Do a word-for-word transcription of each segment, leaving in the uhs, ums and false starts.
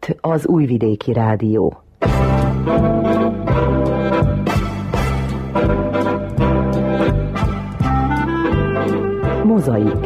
Itt az Újvidéki Rádió. Mozaik.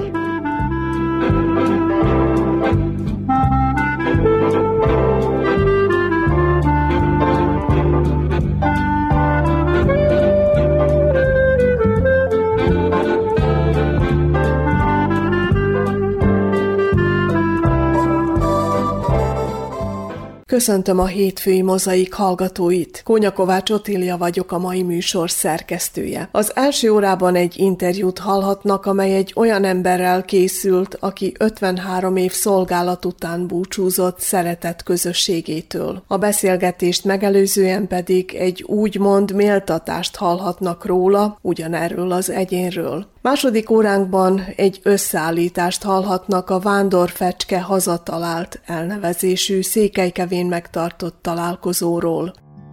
Köszöntöm a hétfői Mozaik hallgatóit. Kónya Kovács Otília vagyok, a mai műsor szerkesztője. Az első órában egy interjút hallhatnak, amely egy olyan emberrel készült, aki ötvenhárom év szolgálat után búcsúzott szeretett közösségétől. A beszélgetést megelőzően pedig egy úgymond méltatást hallhatnak róla, ugyanerről az egyénről. Második óránkban egy összeállítást hallhatnak a Vándorfecske hazatalált elnevezésű Székelykevén megtartott találkozóról.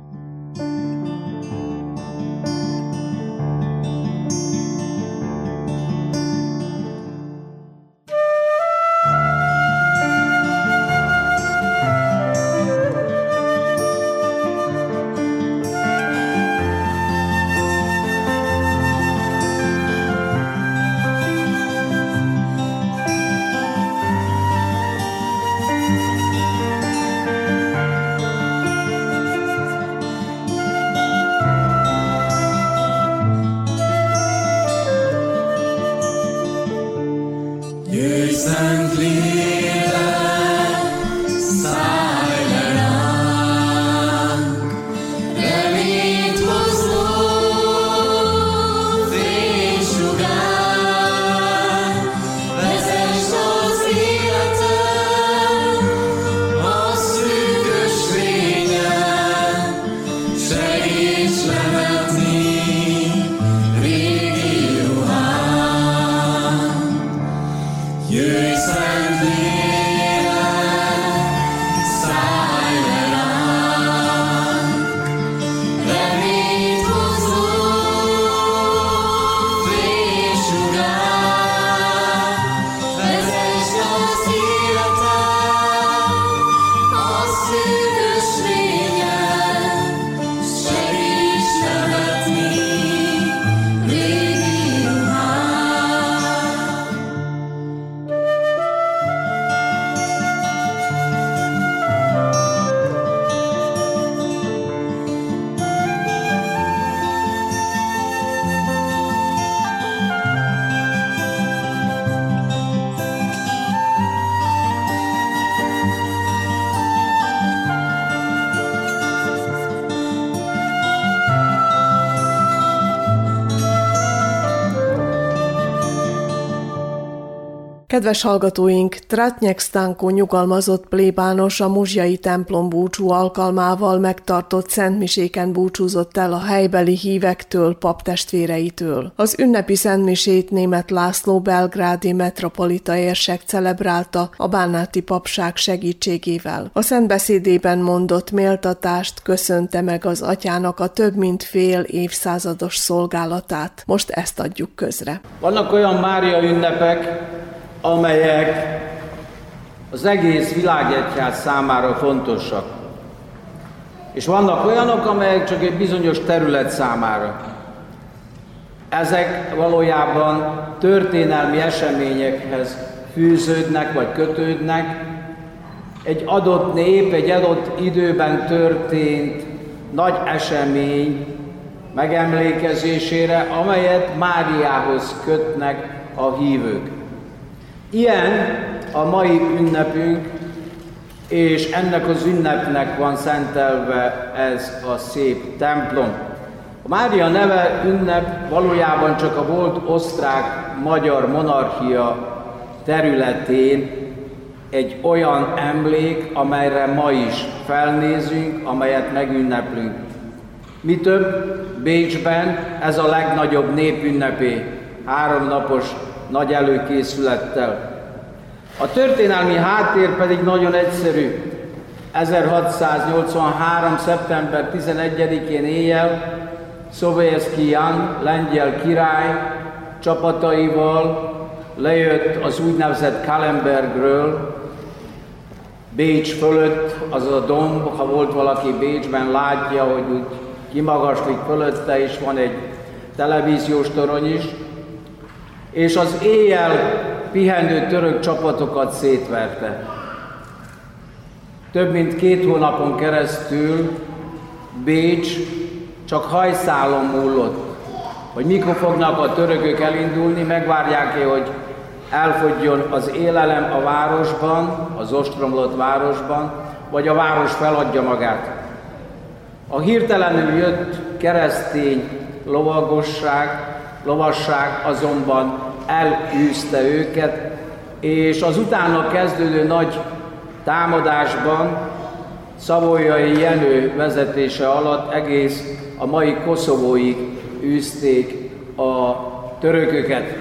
Kedves hallgatóink, Tratnyek Stanko nyugalmazott plébános a muzsjai templom búcsú alkalmával megtartott szentmiséken búcsúzott el a helybeli hívektől, paptestvéreitől. Az ünnepi szentmisét Németh László belgrádi metropolita érsek celebrálta a bánáti papság segítségével. A szentbeszédében mondott méltatást köszönte meg az atyának a több mint fél évszázados szolgálatát. Most ezt adjuk közre. Vannak olyan Mária ünnepek, amelyek az egész világegyház számára fontosak. És vannak olyanok, amelyek csak egy bizonyos terület számára. Ezek valójában történelmi eseményekhez fűződnek vagy kötődnek. Egy adott nép, egy adott időben történt nagy esemény megemlékezésére, amelyet Máriához kötnek a hívők. Ilyen a mai ünnepünk, és ennek az ünnepnek van szentelve ez a szép templom. A Mária neve ünnep valójában csak a volt osztrák-magyar monarchia területén egy olyan emlék, amelyre ma is felnézünk, amelyet megünneplünk. Mi több, Bécsben ez a legnagyobb népünnepé, háromnapos nagy előkészülettel. A történelmi háttér pedig nagyon egyszerű. ezerhatszáznyolcvanhárom. szeptember tizenegyedikén éjjel Sobieski Jan, lengyel király csapataival lejött az úgynevezett Kahlenbergről, Bécs fölött, az a domb, ha volt valaki Bécsben, látja, hogy úgy kimagaslik fölötte, és van egy televíziós torony is, és az éjjel pihenő török csapatokat szétverte. Több mint két hónapon keresztül Bécs csak hajszálon múlott, hogy mikor fognak a törökök elindulni, megvárják-e, hogy elfogyjon az élelem a városban, az ostromlott városban, vagy a város feladja magát. A hirtelenül jött keresztény lovagosság, lovasság azonban elűzte őket, és az utána kezdődő nagy támadásban Savoyai Jenő vezetése alatt egész a mai Koszovóig űzték a törököket.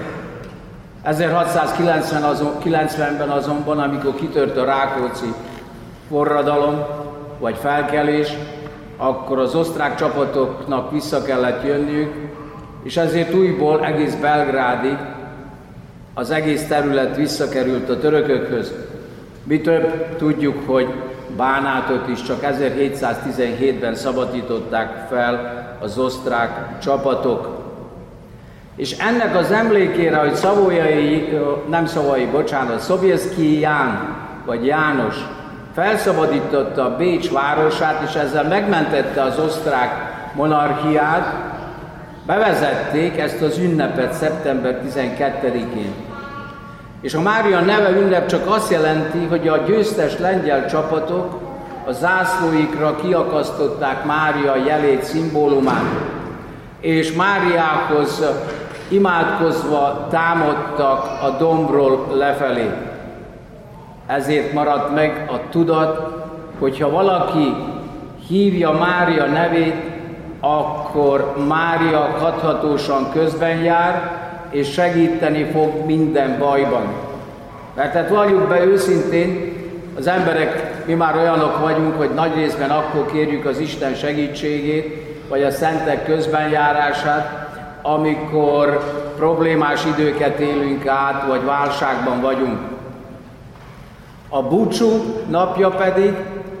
ezerhatszázkilencvenben azonban, amikor kitört a Rákóczi forradalom vagy felkelés, akkor az osztrák csapatoknak vissza kellett jönniük, és ezért újból egész Belgrádig az egész terület visszakerült a törökökhöz. Mi több, tudjuk, hogy Bánátot is csak ezerhétszáztizenhétben szabadították fel az osztrák csapatok. És ennek az emlékére, hogy Savoyai, nem Savoyai, bocsánat, Sobieski Ján, vagy János felszabadította Bécs városát, és ezzel megmentette az osztrák monarchiát, bevezették ezt az ünnepet szeptember tizenkettedikén. És a Mária neve ünnep csak azt jelenti, hogy a győztes lengyel csapatok a zászlóikra kiakasztották Mária jelét, szimbólumát, és Máriához imádkozva támadtak a dombról lefelé. Ezért maradt meg a tudat, hogyha valaki hívja Mária nevét, akkor Mária hathatósan közben jár, és segíteni fog minden bajban. Mert hát valljuk be őszintén, az emberek, mi már olyanok vagyunk, hogy nagy részben akkor kérjük az Isten segítségét, vagy a szentek közbenjárását, amikor problémás időket élünk át, vagy válságban vagyunk. A búcsú napja pedig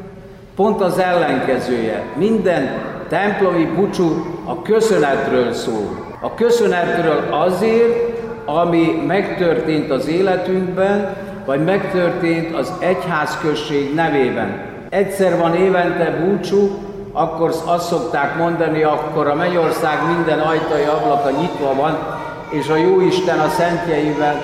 pont az ellenkezője. Minden templomi búcsú a köszönetről szól. A köszönetről azért, ami megtörtént az életünkben, vagy megtörtént az egyházközség nevében. Egyszer van évente búcsú, akkor azt szokták mondani, akkor a mennyország minden ajtaja, ablaka nyitva van, és a Jóisten a szentjeivel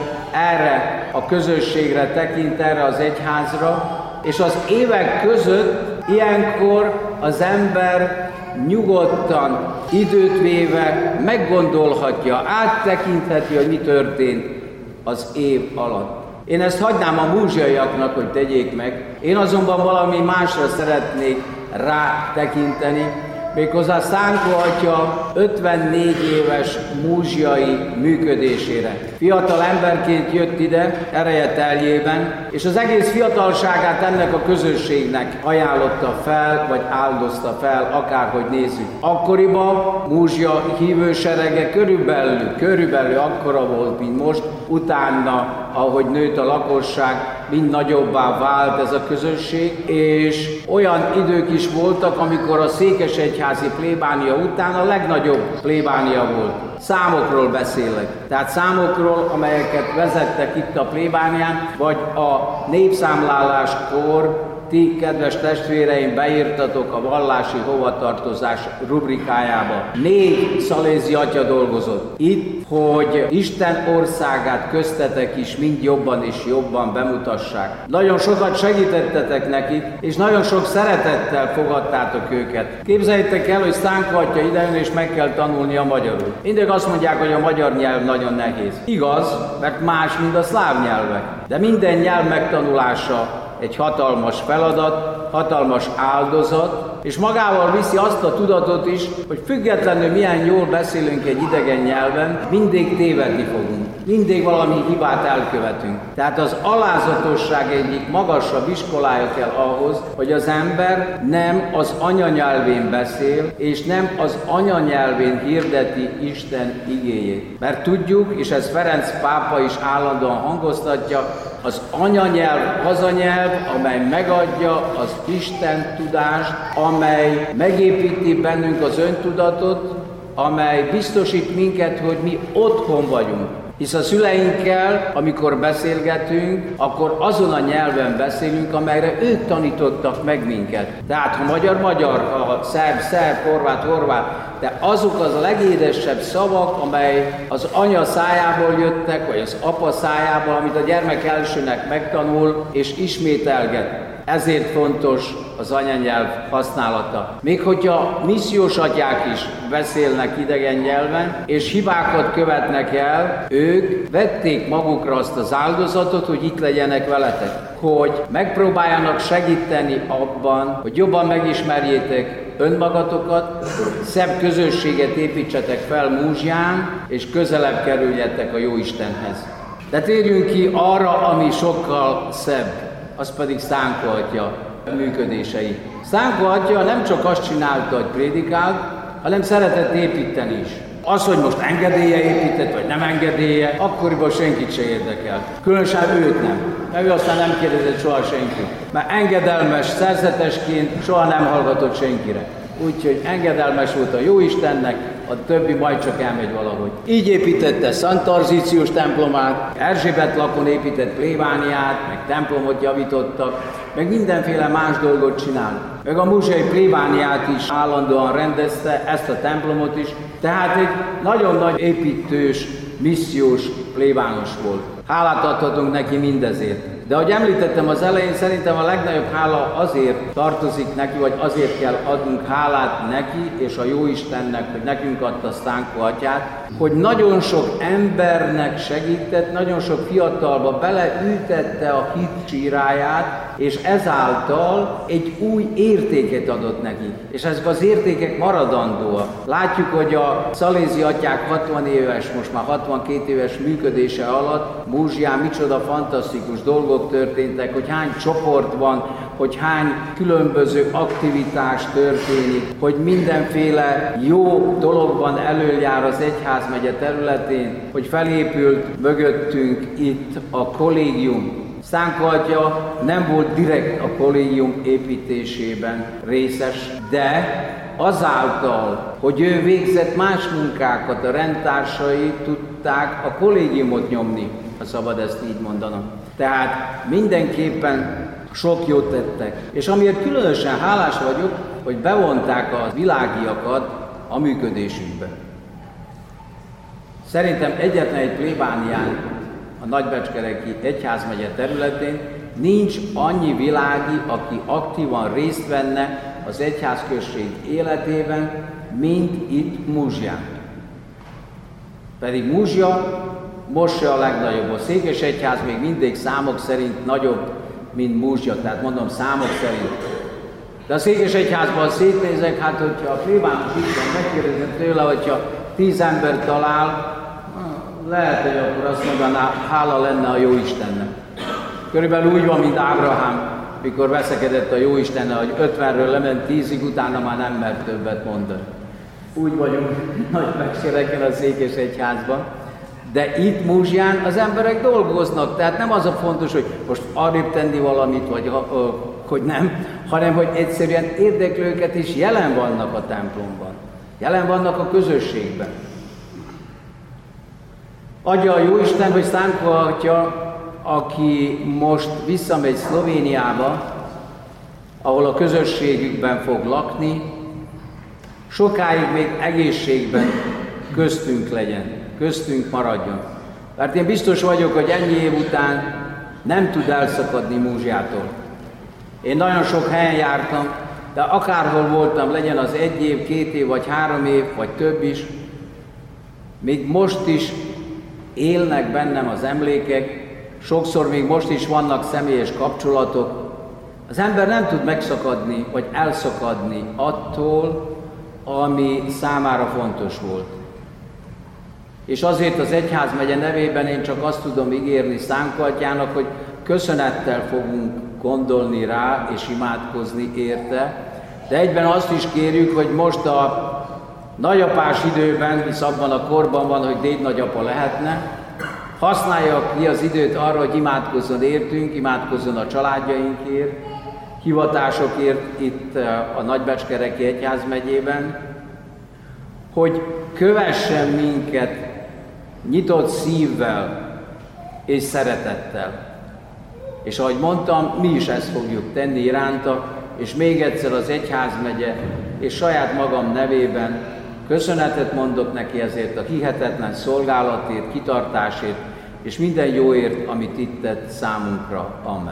erre a közösségre tekint, erre az egyházra, és az évek között ilyenkor az ember nyugodtan, időt véve meggondolhatja, áttekintheti, hogy mi történt az év alatt. Én ezt hagynám a múzsiaiaknak, hogy tegyék meg, én azonban valami másra szeretnék rátekinteni, méghozzá Szánkó atya ötvennégy éves múzsiai működésére. Fiatal emberként jött ide, ereje teljében, és az egész fiatalságát ennek a közösségnek ajánlotta fel, vagy áldozta fel, akárhogy nézzük. Akkoriban múzsia hívőserege körülbelül, körülbelül akkora volt, mint most, utána, ahogy nőtt a lakosság, mind nagyobbá vált ez a közösség, és olyan idők is voltak, amikor a székesegyházi plébánia után a legnagyobb plébánia volt. Számokról beszélek. Tehát számokról, amelyeket vezettek itt a plébánián, vagy a népszámláláskor ti, kedves testvéreim, beírtatok a vallási hovatartozás rubrikájába. Négy szalézi atya dolgozott itt, hogy Isten országát köztetek is mind jobban és jobban bemutassák. Nagyon sokat segítettetek nekik, és nagyon sok szeretettel fogadtátok őket. Képzeljétek el, hogy Szánkó atya idejön, és meg kell tanulni a magyarul. Mindig azt mondják, hogy a magyar nyelv nagyon nehéz. Igaz, mert más, mint a szláv nyelvek. De minden nyelv megtanulása egy hatalmas feladat, hatalmas áldozat, és magával viszi azt a tudatot is, hogy függetlenül milyen jól beszélünk egy idegen nyelven, mindig tévedni fogunk. Mindig valami hibát elkövetünk. Tehát az alázatosság egyik magasabb iskolája kell ahhoz, hogy az ember nem az anyanyelvén beszél, és nem az anyanyelvén hirdeti Isten igéjét. Mert tudjuk, és ez Ferenc pápa is állandóan hangoztatja, Az anyanyelv az a nyelv, amely megadja az Isten tudást, amely megépíti bennünk az öntudatot, amely biztosít minket, hogy mi otthon vagyunk. Hisz a szüleinkkel, amikor beszélgetünk, akkor azon a nyelven beszélünk, amelyre ők tanítottak meg minket. Tehát ha magyar-magyar, ha szerb-szerb, horvát-horvát, de azok az a legédesebb szavak, amely az anya szájából jöttek, vagy az apa szájából, amit a gyermek elsőnek megtanul és ismételget. Ezért fontos az anyanyelv használata. Még hogyha missziós atyák is beszélnek idegen nyelven, és hibákat követnek el, ők vették magukra azt az áldozatot, hogy itt legyenek veletek. Hogy megpróbáljanak segíteni abban, hogy jobban megismerjétek önmagatokat, szebb közösséget építsetek fel Múzsján, és közelebb kerüljetek a Jóistenhez. De térjünk ki arra, ami sokkal szebb, az pedig Szánkó atya működései. Szánkó atya nem csak azt csinálta, hogy prédikált, hanem szeretett építeni is. Az, hogy most engedélye épített, vagy nem engedélye, akkoriban senkit se érdekel. Különösen őt nem. Mert ő aztán nem kérdezett soha senkit. Mert engedelmes szerzetesként soha nem hallgatott senkire. Úgyhogy engedelmes volt a Jóistennek, a többi majd csak elmegy valahogy. Így építette Szent Tarzícius templomát, Erzsébet lakon épített plébániát, meg templomot javítottak, meg mindenféle más dolgot csinál. Meg a múzsiai plébániát is állandóan rendezte, ezt a templomot is. Tehát egy nagyon nagy építős, missziós plébános volt. Hálát adhatunk neki mindezért. De ahogy említettem az elején, szerintem a legnagyobb hála azért tartozik neki, vagy azért kell adnunk hálát neki és a Jóistennek, hogy nekünk adta Szánkó atyát, hogy nagyon sok embernek segített, nagyon sok fiatalba beleültette a hit csíráját, és ezáltal egy új értéket adott nekik. És ezek az értékek maradandóak. Látjuk, hogy a szalézi atyák hatvan éves, most már hatvankét éves működése alatt Múzsján micsoda fantasztikus dolgok történtek, hogy hány csoport van, hogy hány különböző aktivitás történik, hogy mindenféle jó dologban elöljár az egyházmegye területén, hogy felépült mögöttünk itt a kollégium. Szánkó atya nem volt direkt a kollégium építésében részes, de azáltal, hogy ő végzett más munkákat, a rendtársai tudták a kollégiumot nyomni, ha szabad ezt így mondanom. Tehát mindenképpen sok jót tettek. És amiért különösen hálás vagyok, hogy bevonták a világiakat a működésükbe. Szerintem egyetlen egy plébánián a Nagybecskereki egyházmegye területén nincs annyi világi, aki aktívan részt venne az egyházközség életében, mint itt Múzsján. Pedig Múzsja most se a legnagyobb. A székesegyház még mindig számok szerint nagyobb, mint Múzsja, tehát mondom számok szerint. De a székesegyházban szétnézek, hát hogyha a plébános Isten megkérdezem tőle, hogyha tíz ember talál, lehet, hogy akkor azt mondaná, hála lenne a Jóistennek. Körülbelül úgy van, mint Ábrahám, mikor veszekedett a Jóistennel, hogy ötvenről lement tízig, utána már nem mert többet mondani. Úgy vagyunk Nagybecskereken a székesegyházban. De itt Múzsján az emberek dolgoznak, tehát nem az a fontos, hogy most arrébb tenni valamit, vagy hogy nem, hanem hogy egyszerűen érdeklőket is jelen vannak a templomban, jelen vannak a közösségben. Adja a Jóisten, hogy Szánkó atya, aki most visszamegy Szlovéniába, ahol a közösségükben fog lakni, sokáig még egészségben köztünk legyen, köztünk maradjon. Mert én biztos vagyok, hogy ennyi év után nem tud elszakadni Múzsjától. Én nagyon sok helyen jártam, de akárhol voltam, legyen az egy év, két év, vagy három év, vagy több is, még most is élnek bennem az emlékek, sokszor még most is vannak személyes kapcsolatok. Az ember nem tud megszakadni, vagy elszakadni attól, ami számára fontos volt. És azért az egyházmegye nevében én csak azt tudom ígérni Szánkó atyának, hogy köszönettel fogunk gondolni rá és imádkozni érte, de egyben azt is kérjük, hogy most a nagyapás időben, hisz abban a korban van, hogy dédnagyapa lehetne, használja ki az időt arra, hogy imádkozzon értünk, imádkozzon a családjainkért, hivatásokért itt a Nagybecskereki Egyházmegyében, hogy kövessen minket nyitott szívvel és szeretettel. És ahogy mondtam, mi is ezt fogjuk tenni iránta, és még egyszer az Egyházmegye és saját magam nevében köszönetet mondok neki ezért a hihetetlen szolgálatért, kitartásért, és minden jóért, amit itt tett számunkra. Amen.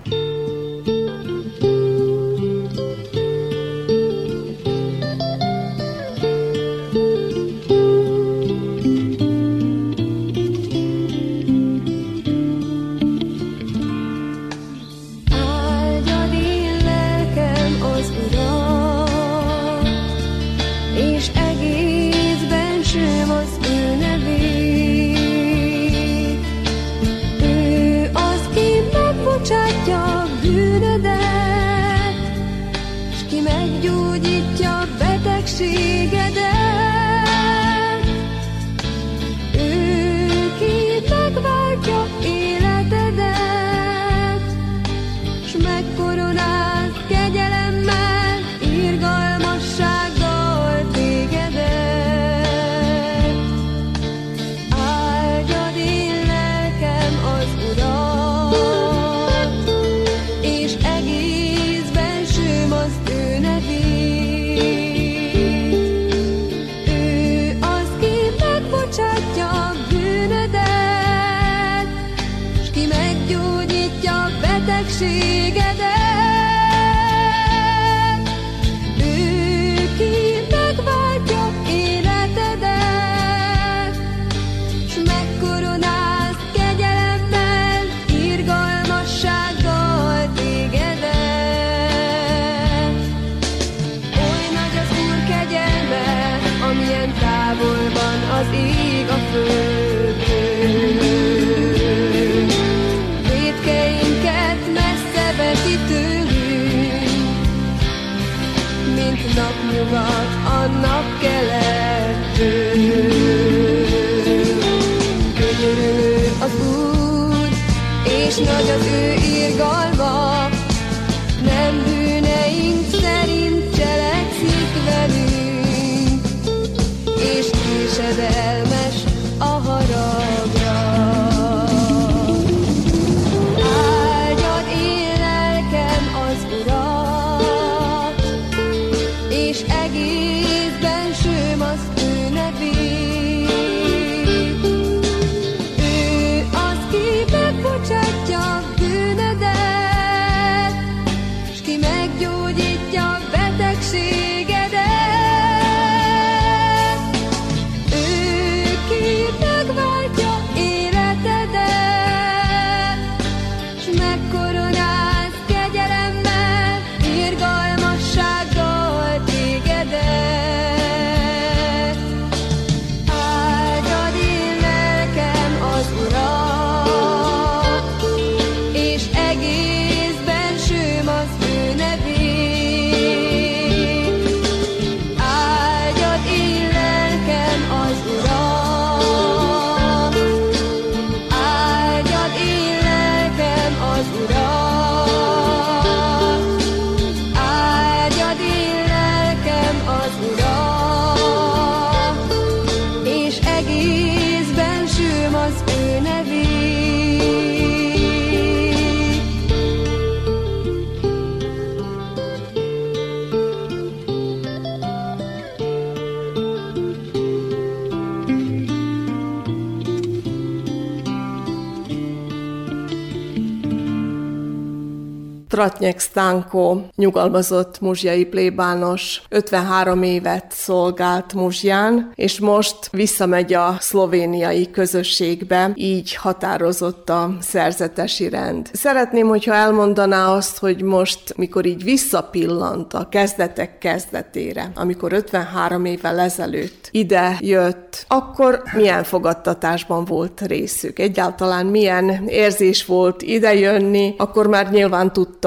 Tratnyek Sztánkó nyugalmazott muzsiai plébános, ötvenhárom évet szolgált Muzsján, és most visszamegy a szlovéniai közösségbe, így határozott a szerzetesi rend. Szeretném, hogyha elmondaná azt, hogy most, mikor így visszapillant a kezdetek kezdetére, amikor ötvenhárom évvel ezelőtt ide jött, akkor milyen fogadtatásban volt részük? Egyáltalán milyen érzés volt idejönni? Akkor már nyilván tudta,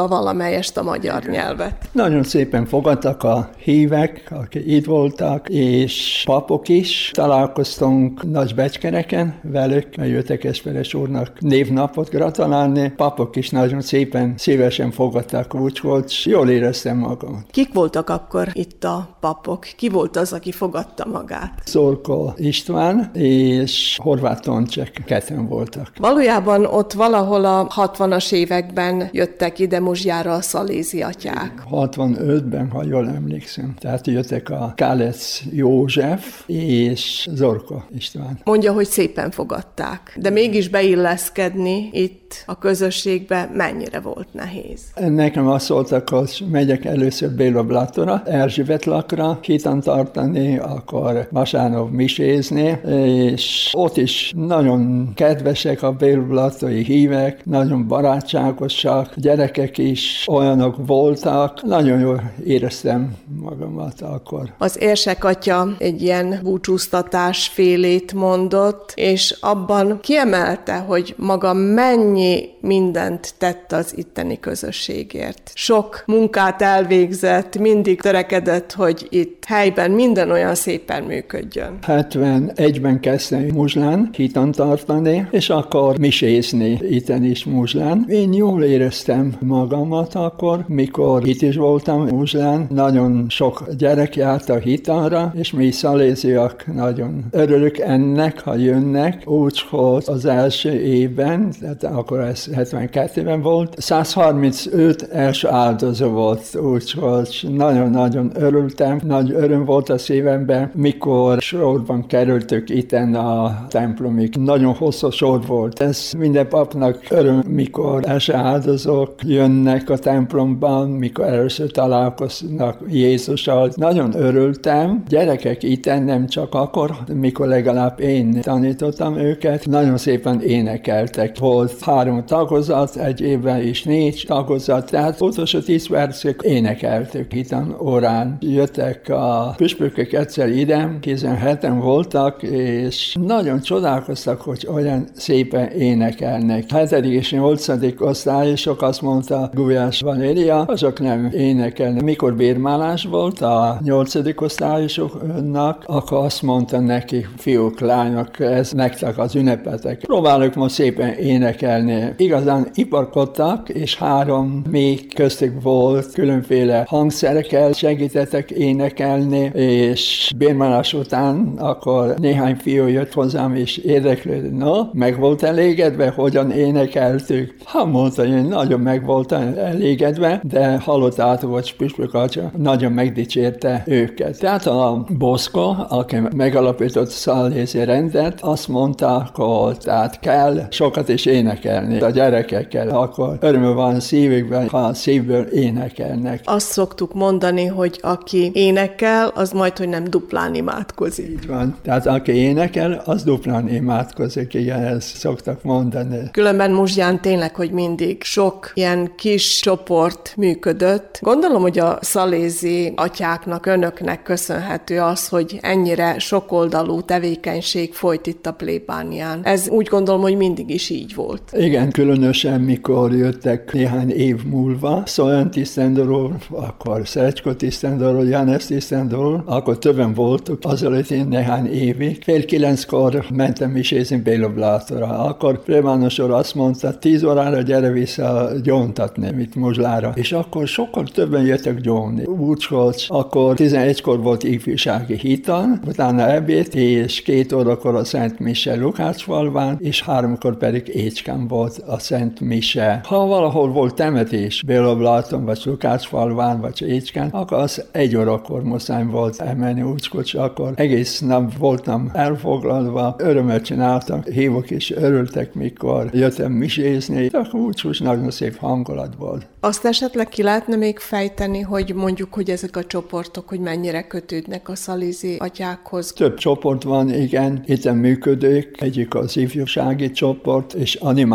tudta valamelyest a magyar nyelvet. Nagyon szépen fogadtak a hívek, akik itt voltak, és papok is. Találkoztunk Nagybecskereken velük, mert jöttek Esperes úrnak névnapot gratulálni. Papok is nagyon szépen, szívesen fogadtak, úgyhogy jól éreztem magam. Kik voltak akkor itt a papok? Ki volt az, aki fogadta magát? Zorko István és Horváth Toncsek ketten voltak. Valójában ott valahol a hatvanas években jöttek ide Muzsjára a szalézi atyák. hatvanötben, ha jól emlékszem. Tehát jöttek a Kálec József és Zorko István. Mondja, hogy szépen fogadták, de mégis beilleszkedni itt a közösségbe mennyire volt nehéz? Nekem azt szóltak, hogy megyek először Béla Blátora, Erzsébetlakra hitan tartani, akkor vasárnap misézni, és ott is nagyon kedvesek a Béla Blátori hívek, nagyon barátságosak, gyerekek is olyanok voltak, nagyon jól éreztem magamat akkor. Az érsek atya egy ilyen búcsúztatás félét mondott, és abban kiemelte, hogy maga mennyi mindent tett az itteni közösségért. Sok munkát elvégzett, mindig törekedett, hogy itt helyben minden olyan szépen működjön. hetvenegyben kezdtem Muzslán hitan tartani, és akkor misézni itten is Muzslán. Én jól éreztem magamat akkor, mikor itt is voltam Muzslán. Nagyon sok gyerek járt a hitanra, és mi szaléziak nagyon örülök ennek, ha jönnek. Úgyhogy az első évben, tehát akkor ez hetvenkettőben volt, százharmincöt első áldozó volt, úgyhogy nagyon-nagyon örültem. Nagy öröm volt a szívemben, mikor sorban kerültük itten a templomig. Nagyon hosszú sor volt. Ez minden papnak öröm, mikor első áldozók jönnek a templomban, mikor először találkoznak Jézussal. Nagyon örültem. Gyerekek itten nem csak akkor, mikor legalább én tanítottam őket, nagyon szépen énekeltek. Volt három tagozat, egy évben is négy tagozat, tehát utolsó tíz percig énekeltük hitan órán. Jöttek a püspökök egyszer ide, tizenheten voltak, és nagyon csodálkoztak, hogy olyan szépen énekelnek. hetedik és nyolcadik osztályosok azt mondta Gulyás Valéria, azok nem énekelnek. Mikor bérmálás volt a nyolcadik osztályosoknak, akkor azt mondta neki, fiúk, lányok, ez nektek az ünnepetek. Próbálok most szépen énekelni. Igazán iparkodtak, és három még köztük volt, különféle hangszerekkel segítettek énekelni, és bérmálás után akkor néhány fiú jött hozzám, és érdeklődött. No, meg volt elégedve, hogyan énekeltük? Ha mondta, én nagyon meg voltam elégedve, de hallottátok, hogy püspök atya nagyon megdicsérte őket. Tehát a Boszko, aki megalapított szalézi rendet, azt mondta, hogy tehát kell sokat is énekelni a gyerekekkel, akkor öröm van szívükben, ha szívből énekelnek. Azt szoktuk mondani, hogy aki énekel, az majd, hogy nem duplán imádkozik. Így van. Tehát aki énekel, az duplán imádkozik, igen, ezt szoktak mondani. Különben Muzsján tényleg, hogy mindig sok ilyen kis csoport működött. Gondolom, hogy a szalézi atyáknak, önöknek köszönhető az, hogy ennyire sokoldalú tevékenység folyt itt a plébánián. Ez úgy gondolom, hogy mindig is így volt. Igen, különösen mikor jöttek néhány év múlva, Szolyan tisztendorul, akkor Szerecsko tisztendorul, János tisztendorul, akkor többen voltuk, azelőtt én néhány évig. Fél kilenckor mentem misézni Béla Blátora. Akkor plébánosor azt mondta, tíz órára gyere vissza gyóntatni, mit Muzslára. És akkor sokkal többen jöttek gyónni. Úgyhogy akkor tizenegykor volt ifjúsági hitan, utána ebéd, és két órakor a Szent Mise Lukácsfalván, és háromkor pedig Écskán volt a Szent Mise. Ha valahol volt temetés, Béla Bláton, vagy Lukácsfalván, vagy Écskán, akkor az egy órakor muszáj volt elmenni, úgyhogy akkor egész nap voltam elfoglalva, örömet csináltam, hívok is örültek, mikor jöttem misézni, akkor úgyhogy nagyon szép hangulat volt. Azt esetleg ki lehetne még fejteni, hogy mondjuk, hogy ezek a csoportok, hogy mennyire kötődnek a szalézi atyákhoz? Több csoport van, igen, itt működők, egyik az ifjúsági csoport és animátorok,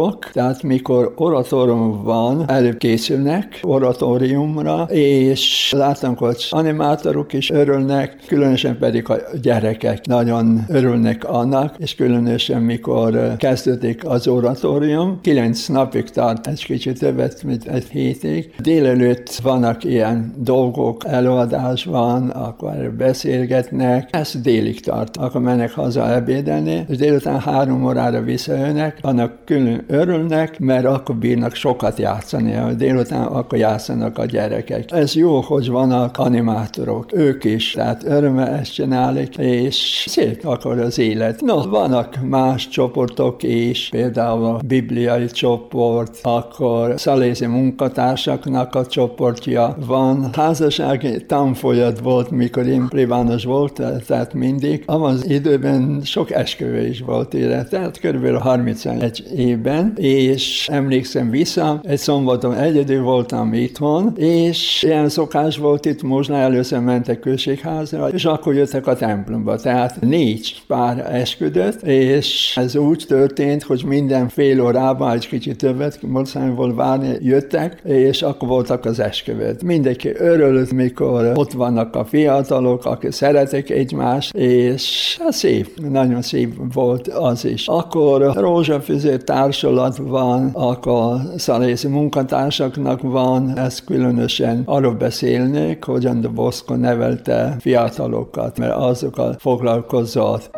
tanulok, tehát mikor oratórium van, előbb készülnek oratóriumra, és látom, hogy animátorok is örülnek, különösen pedig a gyerekek nagyon örülnek annak, és különösen mikor kezdődik az oratórium, kilenc napig tart, egy kicsit többet, mint egy hétig. Délelőtt vannak ilyen dolgok, előadás van, akkor beszélgetnek, ez délig tart, akkor mennek haza ebédelni, és délután három órára visszajönnek, annak külön örülnek, mert akkor bírnak sokat játszani, délután akkor játszanak a gyerekek. Ez jó, hogy vannak animátorok, ők is, tehát örömmel ezt csinálik, és szép akkor az élet. No, vannak más csoportok is, például a bibliai csoport, akkor szalézi munkatársaknak a csoportja van. Házassági tanfolyam volt, mikor én plébános volt, tehát mindig. Abban az időben sok esküvő is volt ide, tehát körülbelül harmincegy évben, és emlékszem vissza, egy szombaton egyedül voltam itthon, és ilyen szokás volt itt, most először mentek községházra, és akkor jöttek a templomba, tehát négy pár esküdött, és ez úgy történt, hogy minden fél órában, egy kicsit többet, mostaniból várni jöttek, és akkor voltak az esküvőt. Mindenki örült, mikor ott vannak a fiatalok, akik szeretik egymást, és szép, nagyon szép volt az is. Akkor rózsafűző társulat van, akkor szalézi munkatársaknak van, ez különösen arról beszélnék, hogyan de Bosco nevelte fiatalokat, mert azokkal foglalkozott.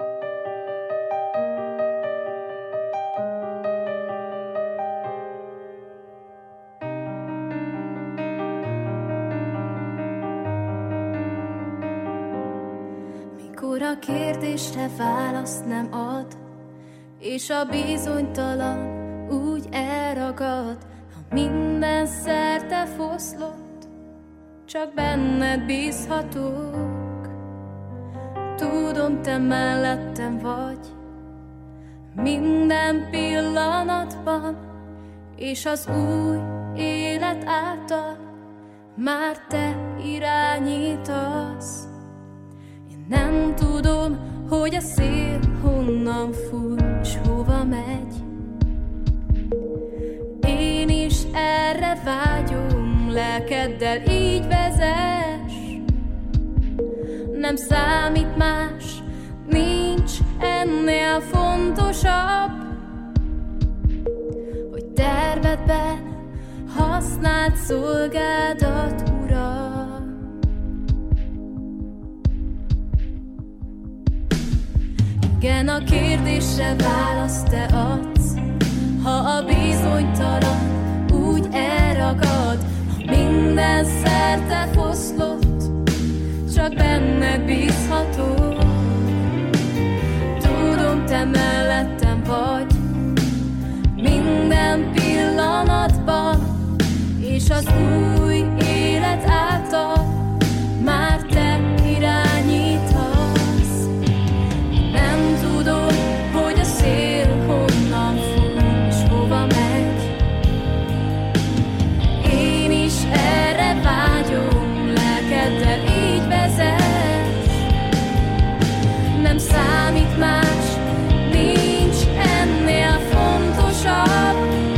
Mikor a kérdésre választ nem ad, és a bizonytalan úgy elragad, ha minden szerte foszlott, csak benned bízhatok. Tudom, te mellettem vagy minden pillanatban, és az új élet által már te irányítasz. Én nem tudom, hogy a szél honnan fúj, és hova megy. Én is erre vágyom, lelkeddel így vezess. Nem számít más, nincs ennél fontosabb, hogy tervedben használd szolgádat, Uram. Igen, a kérdésre választ te adsz, ha a bizonytalan úgy elragad, ha minden szerte foszlott, csak benned bízhatok. Tudom, te mellettem vagy minden pillanatban, és az új élet által már te irányítasz. Nem tudom, hogy a szél honnan fúj, és hova megy. Én is erre vágyom, lelkeddel így vezess. Nem számít más, nincs ennél fontosabb.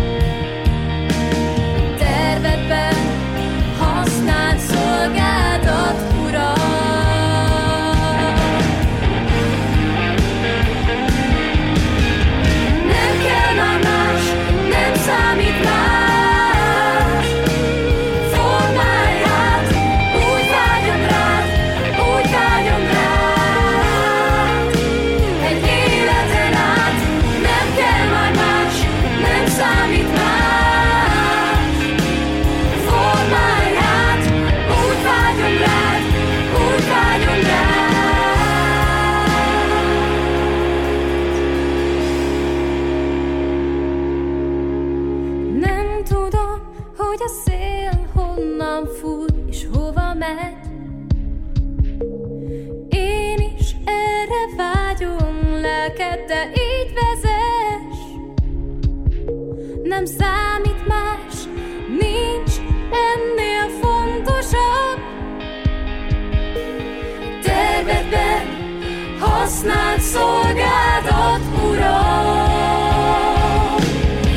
Tervedben használd szolgádat, Uram. Nem kell már más, nem számít más. Formálj át, úgy vágyom rád, úgy vágyom rád. Egy életen át, nem kell már más, nem számít más. Formálj át, úgy vágyom rád, úgy vágyom rád. Nem tudom, hogy a szél honnan fúj, és hova megy. Én is erre vágyom, lelkeddel így vezess. Nem számít más, nincs ennél fontosabb. Tervedben használd szolgádat, Uram.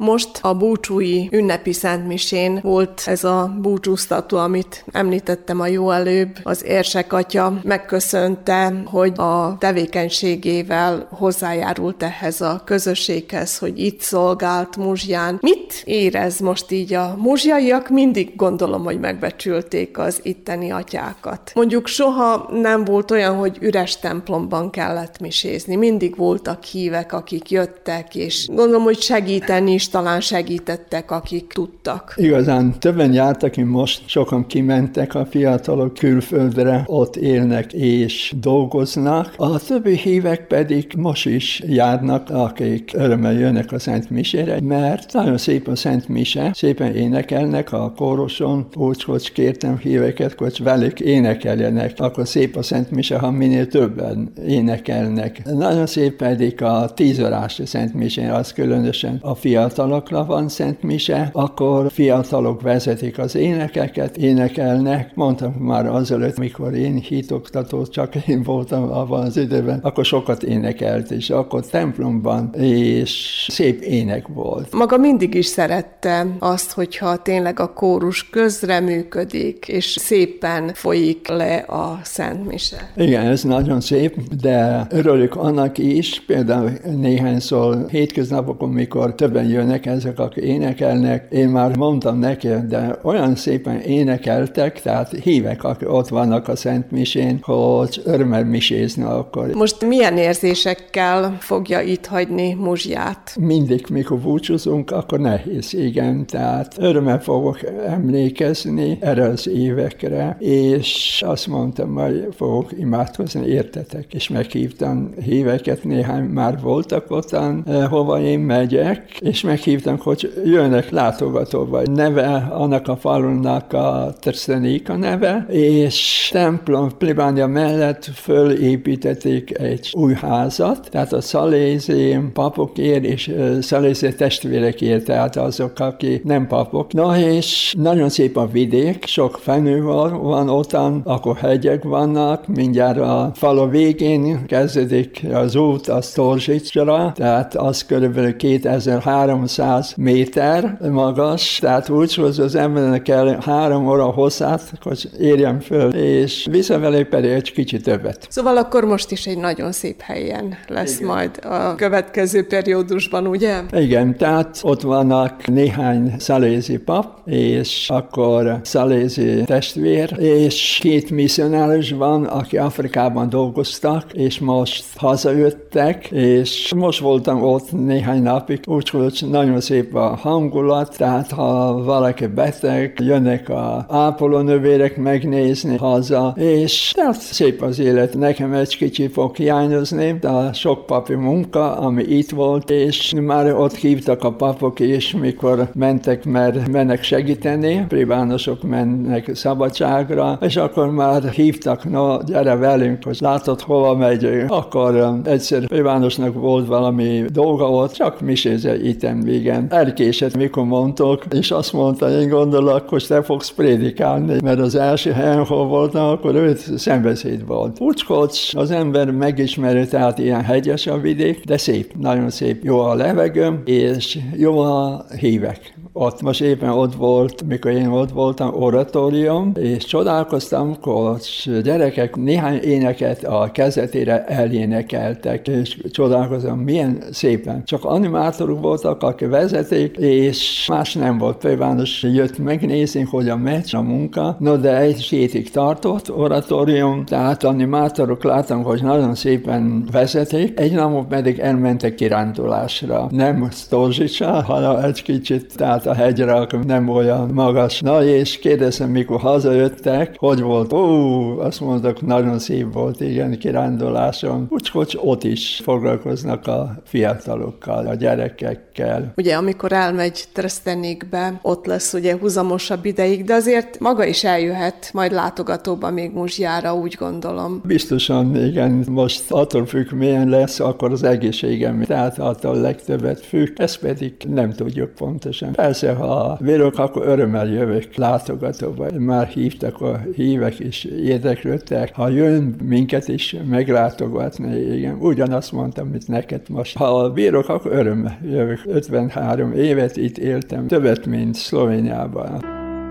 Most a búcsúi ünnepi szentmisén volt ez a búcsúztató, amit említettem a jó előbb. Az érsek atya megköszönte, hogy a tevékenységével hozzájárult ehhez a közösséghez, hogy itt szolgált Muzsján. Mit érez most így a muzsjaiak? Mindig gondolom, hogy megbecsülték az itteni atyákat. Mondjuk soha nem volt olyan, hogy üres templomban kellett misézni. Mindig voltak hívek, akik jöttek, és gondolom, hogy segíteni is talán segítettek, akik tudtak. Igazán többen jártak, én most sokan kimentek a fiatalok külföldre, ott élnek és dolgoznak. A többi hívek pedig most is járnak, akik örömmel jönnek a Szent Misére, mert nagyon szép a Szent Mise, szépen énekelnek a kóruson, úgy, hogy kértem híveket, hogy velük énekeljenek, akkor szép a Szent Mise, ha minél többen énekelnek. Nagyon szép pedig a tízorási Szent Misén, az különösen a fiatalokra van Szent Mise, akkor fiatalok vezetik az énekeket, énekelnek. Mondtam már azelőtt, mikor én hitoktató, csak én voltam abban az időben, akkor sokat énekelt, és akkor templomban, és szép ének volt. Maga mindig is szerette azt, hogyha tényleg a kórus közreműködik, és szépen folyik le a Szent Mise. Igen, ez nagyon szép, de örülök annak is, például néhányszor hétköznapokon, mikor többen jönnek ezek, akik énekelnek, én már mondtam neki, de olyan szépen énekeltek, tehát hívek, akik ott vannak a Szent Misén, hogy örömmel misézni akkor. Most milyen érzésekkel fogja itt hagyni Muzsját? Mindig, mikor búcsúzunk, akkor nehéz, igen, tehát örömmel fogok emlékezni erre az évekre, és azt mondtam, hogy fogok imádkozni, értetek, és meghívtam híveket, néhány már voltak ottan, hova én megyek, és meghívtam, hogy jönnek látogatóba. Neve annak a falunak a Trstenika neve, és templom plébánia mellett fölépítették egy új házat, tehát a szalézi papokért és szalézi testvérekért, tehát azok, akik nem papok. Na és nagyon szép a vidék, sok fenő van ottan, akkor hegyek vannak, mindjárt a falu végén kezdődik az út a Storzsicsra, tehát az körülbelül kétezer-háromszáz méter magas, tehát úgy, hogy az embernek kell három óra hosszát, hogy érjen föl, és visszafelé pedig egy kicsit többet. Szóval akkor most is egy nagyon szép helyen lesz Igen. majd a következő periódusban, ugye? Igen, tehát ott vannak néhány szalézi pap, és akkor szalézi testvér, és két misszionárius van, aki Afrikában dolgoztak, és most hazajöttek, és most voltam ott néhány napig, úgyhogy nagyon szép a hangulat, tehát ha valaki beteg, jönnek a ápolónővérek megnézni haza, és tehát szép az élet. Nekem egy kicsit fog hiányozni, de a sok papi munka, ami itt volt, és már ott hívtak a papok is, mikor mentek, mert mennek segíteni, plébánosok mennek szabadságra, és akkor már hívtak, no, gyere velünk, hogy látod, hova megyünk. Akkor egyszer plébánosnak volt valami dolga ott, csak misézze itten végen. Elkésett, mikor mondtok, és azt mondta, én gondolok, hogy te fogsz prédikálni, mert az első helyen, hol voltam, akkor őt szembeszéd volt. Úgyhogy az ember megismeri, tehát ilyen hegyes a vidék, de szép, nagyon szép, jó a levegő, és jó a hívek. Ott most éppen ott volt, mikor én ott voltam, oratórium, és csodálkoztam, hogy gyerekek néhány éneket a kezetére elénekeltek, és csodálkoztam, milyen szépen. Csak animátorok voltak, akik vezeték, és más nem volt. Plébános jött megnézni, hogy a meccs, a munka, no de egy hétig tartott oratórium, tehát animátorok láttam, hogy nagyon szépen vezeték, egy napot pedig elmentek kirándulásra. Nem Storzsicsa, hanem egy kicsit, tehát a hegyre, nem olyan magas. Na és kérdeztem, mikor hazajöttek, hogy volt? Ó, azt mondtak, nagyon szép volt, igen, kiránduláson. Úgyhogy ott is foglalkoznak a fiatalokkal, a gyerekekkel. Ugye, amikor elmegy Trstenikbe, ott lesz ugye húzamosabb ideig, de azért maga is eljöhet majd látogatóba még Muzsjára, úgy gondolom. Biztosan, igen, most attól függ, milyen lesz, akkor az egészségem, tehát attól legtöbbet függ, ezt pedig nem tudjuk pontosan. Persze persze, ha bírok, akkor örömmel jövök látogatóba. Már hívtak a hívek is, érdeklődtek. Ha jön minket is meglátogatni, igen, ugyanazt mondtam, mint neked most. Ha bírok, akkor örömmel jövök. ötvenhárom évet itt éltem, többet, mint Szlovéniában.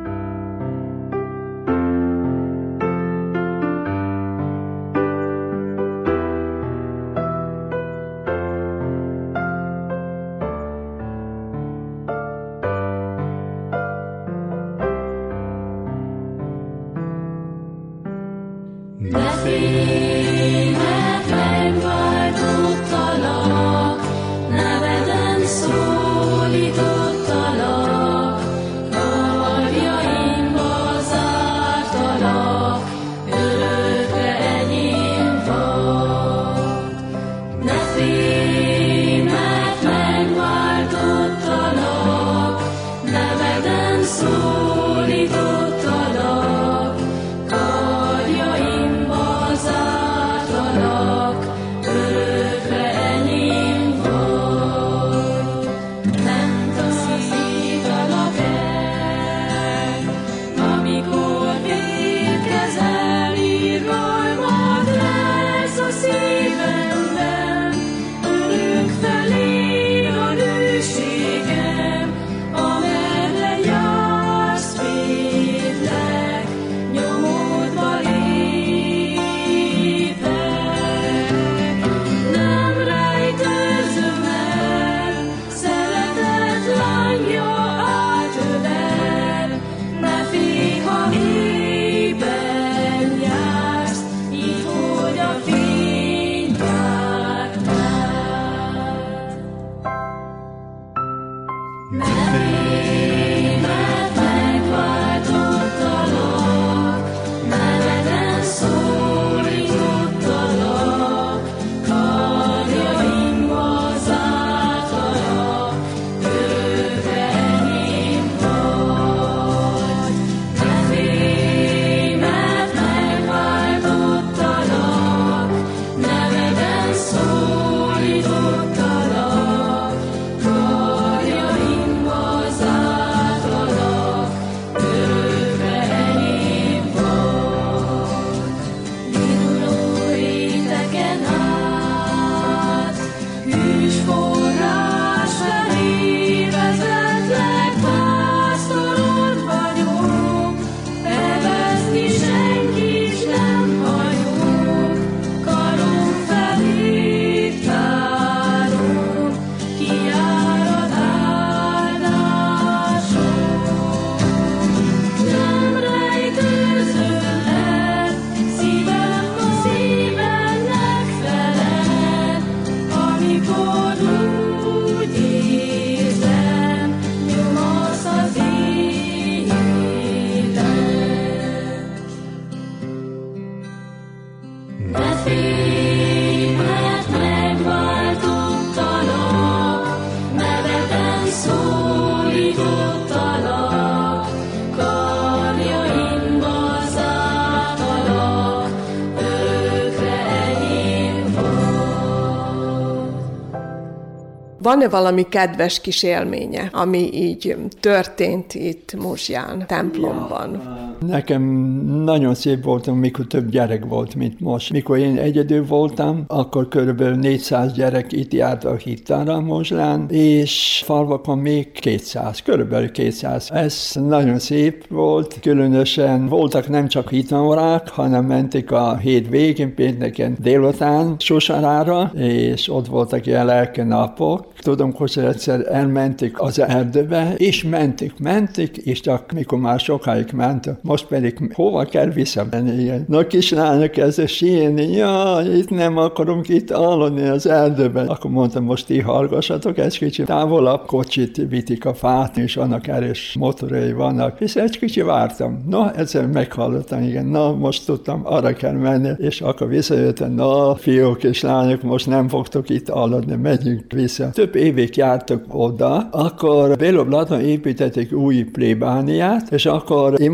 Van-e valami kedves kis élménye, ami így történt itt Muzsján templomban? Ja. Nekem nagyon szép voltam, mikor több gyerek volt, mint most. Mikor én egyedül voltam, akkor körülbelül négyszáz gyerek itt járt a hittára Muzsján, és falvakon még kétszáz, körülbelül kétszáz. Ez nagyon szép volt, különösen voltak nem csak hittanórák, hanem mentek a hét végén, pénteken délután Sosarára, és ott voltak ilyen lelkinapok. Tudom, hogy egyszer elmentek az erdőbe, és mentek, mentek, és csak mikor már sokáig mentek, most pedig hova kell visszamenni? Na kislányok kezdett sírni, ja, itt nem akarunk itt aludni az erdőben. Akkor mondtam, most ti hallgassatok, egy kicsit távolabb kocsit vitik a fát, és annak erős motorai vannak, és egy kicsit vártam. Na, egyszer meghallottam, igen, na, most tudtam, arra kell menni, és akkor visszajöttem, na, fiúk és lányok, most nem fogtok itt aludni, megyünk vissza. Több évig jártak oda, akkor Beloblaton építették új plébániát, és akkor én módon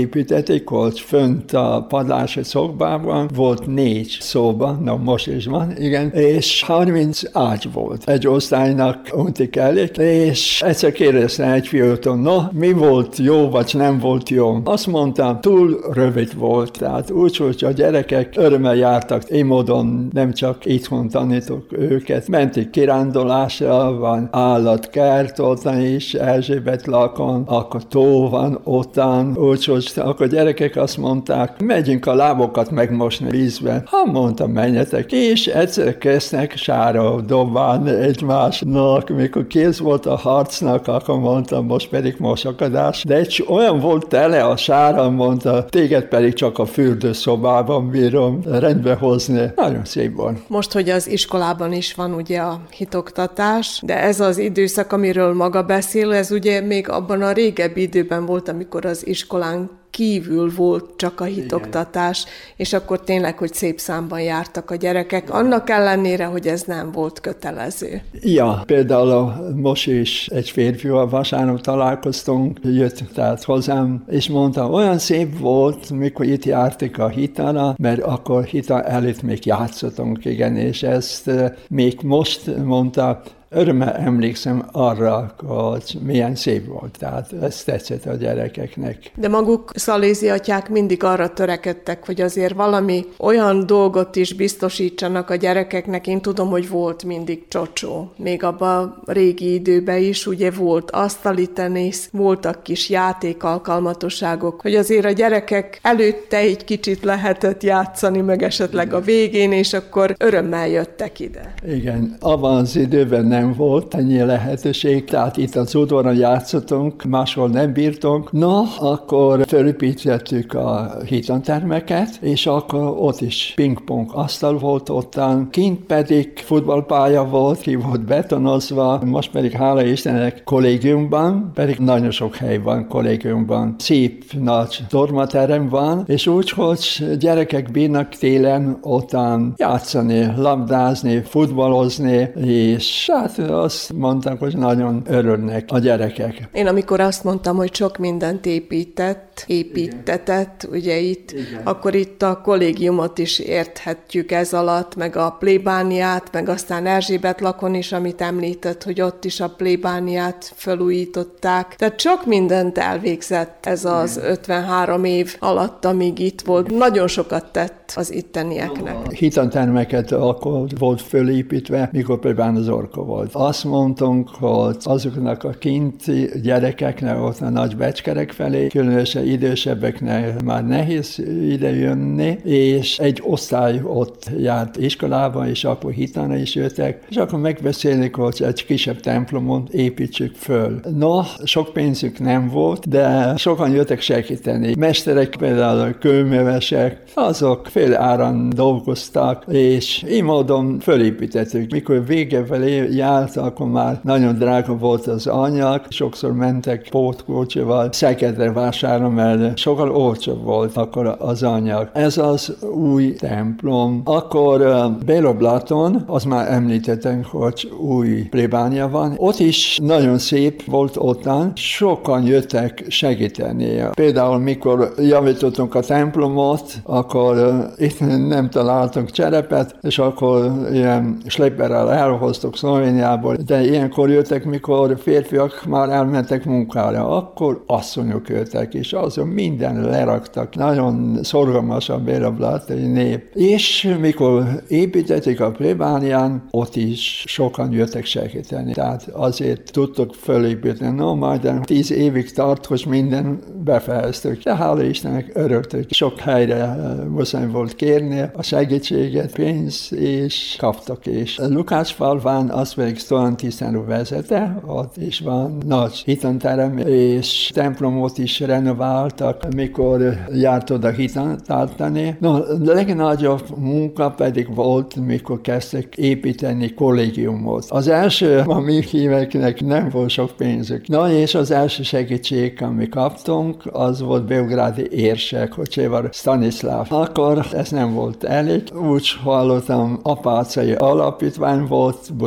építették, hogy fönt a padlási szobában volt négy szoba, na most is van, igen, és harminc ágy volt. Egy osztálynak untik elég, és egyszer kérdeztem egy fiútól, no, mi volt jó, vagy nem volt jó? Azt mondtam, túl rövid volt, tehát úgy, hogy a gyerekek örömmel jártak. Én módon nem csak itthon tanítok őket, mentek kirándulásra, van állatkert ottan is, Erzsébet lakon, akkor tó van ottan, úgyhogy akkor a gyerekek azt mondták, megyünk a lábokat megmosni vízben. Ha mondtam, menjetek, és egyszer kezdtek sára dobálni egymásnak, mikor kész volt a harcnak, akkor mondtam, most pedig mosakodás. De egy olyan volt tele a sára, mondta, téged pedig csak a fürdőszobában bírom rendbe hozni. Nagyon szép volt. Most, hogy az iskolában is van ugye a hitoktatás, de ez az időszak, amiről maga beszél, ez ugye még abban a régebbi időben volt, amikor az iskolán kívül volt csak a hitoktatás, igen. És akkor tényleg, hogy szép számban jártak a gyerekek, annak ellenére, hogy ez nem volt kötelező. Ja, például most is egy férfival vasárnap találkoztunk, jött tehát hozzám, és mondta, olyan szép volt, mikor itt jártak a hitára, mert akkor hita előtt még játszottunk, igen, és ezt még most mondta, örömmel emlékszem arra, hogy milyen szép volt, tehát ez tetszett a gyerekeknek. De maguk szalézi atyák mindig arra törekedtek, hogy azért valami olyan dolgot is biztosítsanak a gyerekeknek. Én tudom, hogy volt mindig csocsó. Még abban a régi időben is ugye volt asztali tenisz, voltak kis játékalkalmatosságok, hogy azért a gyerekek előtte egy kicsit lehetett játszani, meg esetleg a végén, és akkor örömmel jöttek ide. Igen, abban az időben nem volt ennyi lehetőség, tehát itt az udvaron játszottunk, máshol nem bírtunk. No, akkor felépítettük a hitantermeket, és akkor ott is pingpong asztal volt ottan, kint pedig futballpálya volt, ki volt betonozva, most pedig hála Istennek kollégiumban, pedig nagyon sok hely van kollégiumban. Szép nagy tormaterem van, és úgy, hogy gyerekek bírnak télen ottan játszani, labdázni, futballozni, és hát azt mondták, hogy nagyon örülnek a gyerekek. Én amikor azt mondtam, hogy sok mindent épített, építetett, igen. Ugye itt, igen. Akkor itt a kollégiumot is érthetjük ez alatt, meg a plébániát, meg aztán Erzsébet lakon is, amit említett, hogy ott is a plébániát felújították. Tehát sok mindent elvégzett ez az igen. ötvenhárom év alatt, amíg itt volt. Nagyon sokat tett az ittenieknek. A hitantermeket akkor volt fölépítve, mikor például az orka volt. Azt mondtunk, hogy azoknak a kinti gyerekeknek ott a nagy becskerek felé, különösen idősebbeknek már nehéz idejönni, és egy osztály ott járt iskolában, és akkor hitána is jöttek, és akkor megbeszélni, hogy egy kisebb templomot építsük föl. No, sok pénzük nem volt, de sokan jöttek segíteni. Mesterek, például kőművesek, azok fél áron dolgoztak, és így módon fölépítettük. Mikor vége felé járt, akkor már nagyon drága volt az anyag, sokszor mentek pótkocsival Szegedre vásárolni, mert sokkal olcsóbb volt akkor az anyag. Ez az új templom. Akkor uh, Béloblaton, az már említettem, hogy új plébánia van. Ott is nagyon szép volt ottan, sokan jöttek segíteni. Például mikor javítottunk a templomot, akkor uh, itt nem találtunk cserepet, és akkor ilyen slepperrel elhoztuk Szlovéniából, de ilyenkor jöttek, mikor férfiak már elmentek munkára, akkor asszonyok jöttek, és azon minden leraktak. Nagyon szorgalmas a bérablati nép. És mikor építették a plébánián, ott is sokan jöttek segíteni. Tehát azért tudtuk fölépíteni. No, majd tíz évig tart, hogy minden befejeztük. De hála Istennek örültük. Sok helyre muszáj volt kérni a segítséget, pénzt, és kaptak is. Lukácsfalván az pedig Stojan Tisztánú vezette, ott is van nagy hitanterem, és templomot is renováltak, mikor járt oda hitant tartani. No, a legnagyobb munka pedig volt, mikor kezdtek építeni kollégiumot. Az első, a mi híveknek nem volt sok pénzük. Na, és az első segítség, amit kaptunk, az volt beográdi érsek, hogy Csévar Stanislav. Akkor ez nem volt elég. Úgy hallottam, apácai alapítvány volt Budapest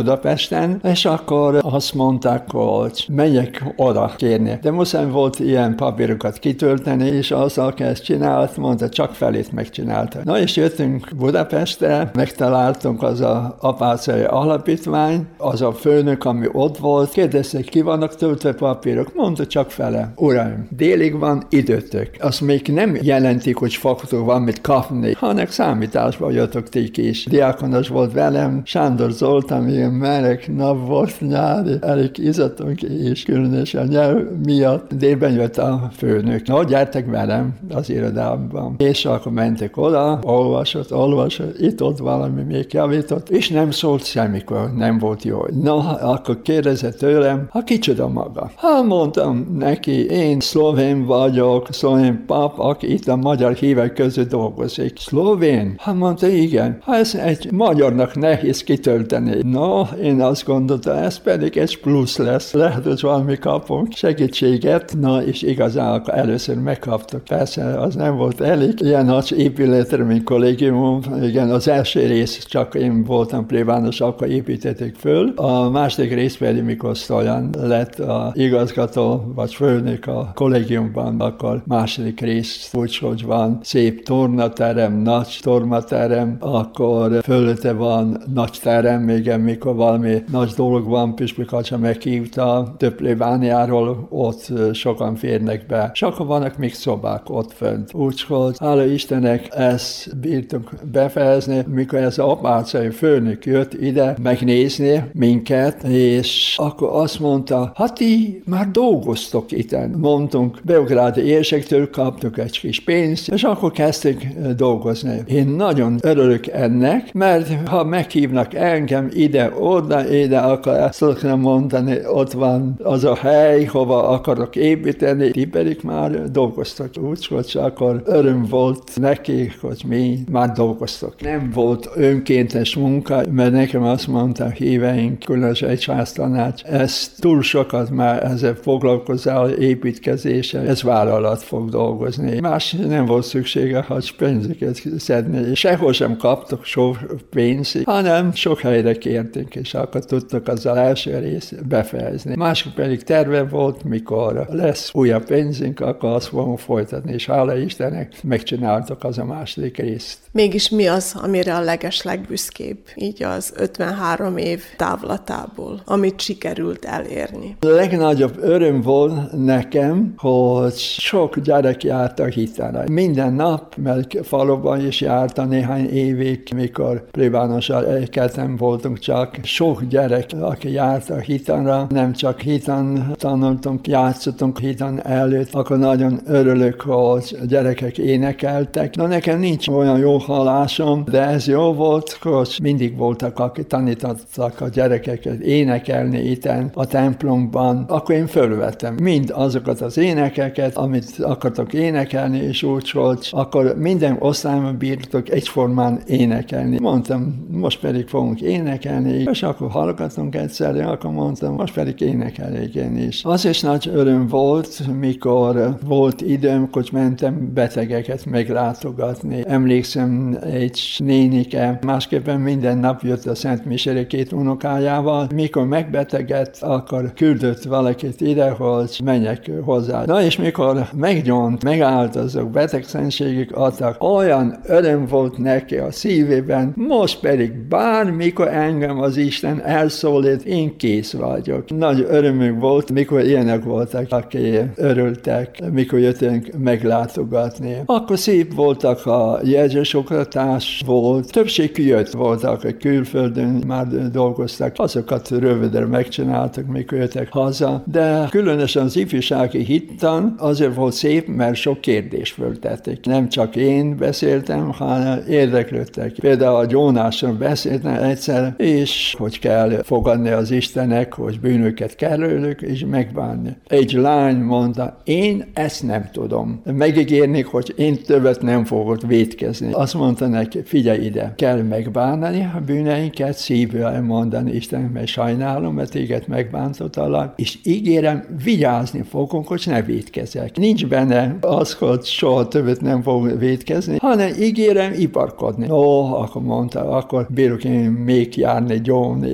Budapesten, és akkor azt mondták, hogy menjek oda kérni. De muszáj volt ilyen papírokat kitölteni, és az, aki ezt csinált, mondta, csak felét megcsinálta. Na és jöttünk Budapestre, megtaláltunk az a apácai alapítvány, az a főnök, ami ott volt, kérdezték, ki vannak töltve papírok, mondta, csak fele. Uraim, délig van időtök. Azt még nem jelentik, hogy fogtok valamit kapni, hanem számításba jöttök ti is. Diákonos volt velem, Sándor Zoltán, ilyen meleg nap volt nyári, elég izzatunk, és különösen nyelv miatt délben jött a főnök. Na, gyertek velem az irodában. És akkor mentek oda, olvasott, olvasott, itt-ott valami még javított, és nem szólt semmikor, nem volt jó. Na, akkor kérdezett tőlem, ha kicsoda maga. Ha mondtam neki, én szlovén vagyok, szlovén pap, aki itt a magyar hívek között dolgozik. Szlovén? Ha mondta, igen. Ha ez egy magyarnak nehéz kitölteni. No, én azt gondoltam, ez pedig egy plusz lesz. Lehet, hogy valami kapunk segítséget. Na, és igazán először megkaptuk. Persze, az nem volt elég. Ilyen nagy épületre, mint kollégium. Igen, az első rész csak én voltam plébános, akkor építették föl. A második rész pedig, mikor Stojan lett a igazgató, vagy főnök a kollégiumban, akkor második rész úgy, hogy van szép tornaterem, nagy tornaterem, akkor fölötte van nagy terem, még mikor valami nagy dolog van, Püspök atya meghívta, több plébániáról ott sokan férnek be. És akkor vannak még szobák ott fönt. Úgyhogy hála Istennek ezt bírtunk befejezni, mikor ez a apácai főnök jött ide megnézni minket, és akkor azt mondta, hát ti már dolgoztok itten. Mondtunk, beográdi érsektől kaptuk egy kis pénzt, és akkor kezdtük dolgozni. Én nagyon örülök ennek, mert ha meghívnak engem ide, oda, ide, akkor ezt szoktam mondani, ott van az a hely, hova akarok építeni, ti pedig már dolgoztak. Úgyhogy akkor öröm volt neki, hogy mi már dolgoztak. Nem volt önkéntes munka, mert nekem azt mondta híveink, különösen egy háztanács, ez túl sokat már ezzel foglalkozál építkezéssel, ez vállalat fog dolgozni. Más nem volt szüksége, hogy pénzeket szedni. Sehol sem kaptok sok pénzt, hanem sok helyre kértünk, és akkor tudtuk az első részt befejezni. Másik pedig terve volt, mikor lesz újabb pénzünk, akkor azt fogunk folytatni, és hála Istennek megcsináltuk az a második részt. Mégis mi az, amire a leges legbüszkébb, így az ötvenhárom év távlatából, amit sikerült elérni? A legnagyobb öröm volt nekem, hogy sok gyerek járt a hitára. Minden nap, mert faluban is járta néhány évig, mikor plébánossal egy-ketten voltunk csak. Sok gyerek, aki járt a hitára, nem csak hitán tanultunk, játszottunk hitán előtt, akkor nagyon örülök, hogy a gyerekek énekeltek. Na nekem nincs olyan jó hallásom, de ez jó volt, hogy mindig voltak, akik tanítottak a gyerekeket énekelni itten a templomban. Akkor én fölvettem mind azokat az énekeket, amit akartok énekelni, és úgy, hogy akkor minden osztályban bírtok egyformán énekelni. Mondtam, most pedig fogunk énekelni, és akkor hallgatunk egyszerre, akkor mondtam, most pedig énekelni én is. Az is nagy öröm volt, mikor volt időm, hogy mentem betegeket meglátogatni. Emlékszem, egy nénike másképpen minden nap jött a Szent Misére két unokájával. Mikor megbetegett, akkor küldött valakit ide, hogy menjek hozzá. Na és mikor meggyónt, megállt azok betegségek adtak, olyan öröm volt neki a szívében, most pedig bármikor engem az Isten elszólít, én kész vagyok. Nagy örömünk volt, mikor ilyenek voltak, akik örültek, mikor jöttünk meglátogatni. Akkor szép voltak a jegyzősoktatás volt, többség jött voltak, a külföldön már dolgoztak, azokat rövidre megcsináltak, mikor jöttek haza, de különösen az ifjúsági hittan azért volt szép, mert sok kérdést föltették. Nem csak én beszéltem, hanem érdeklődtek. Például a gyónásról beszéltem egyszer, és hogy kell fogadni az Istennek, hogy bűnöket kerülök, és megbánni. Egy lány mondta, én ezt nem tudom. Megígérnék, hogy én többet nem fogok vétkezni. Azt mondta neki, figyelj ide, kell megbánni a bűneinket, szívből mondani Istennek, mert sajnálom, mert téged megbántottalak, és ígérem, vigyázni fogunk, hogy ne vétkezek. Nincs benne az, hogy soha többet nem fogok vétkezni, hanem ígérem iparkodni. Ó, akkor mondta, akkor bírok én még járni, gyónni,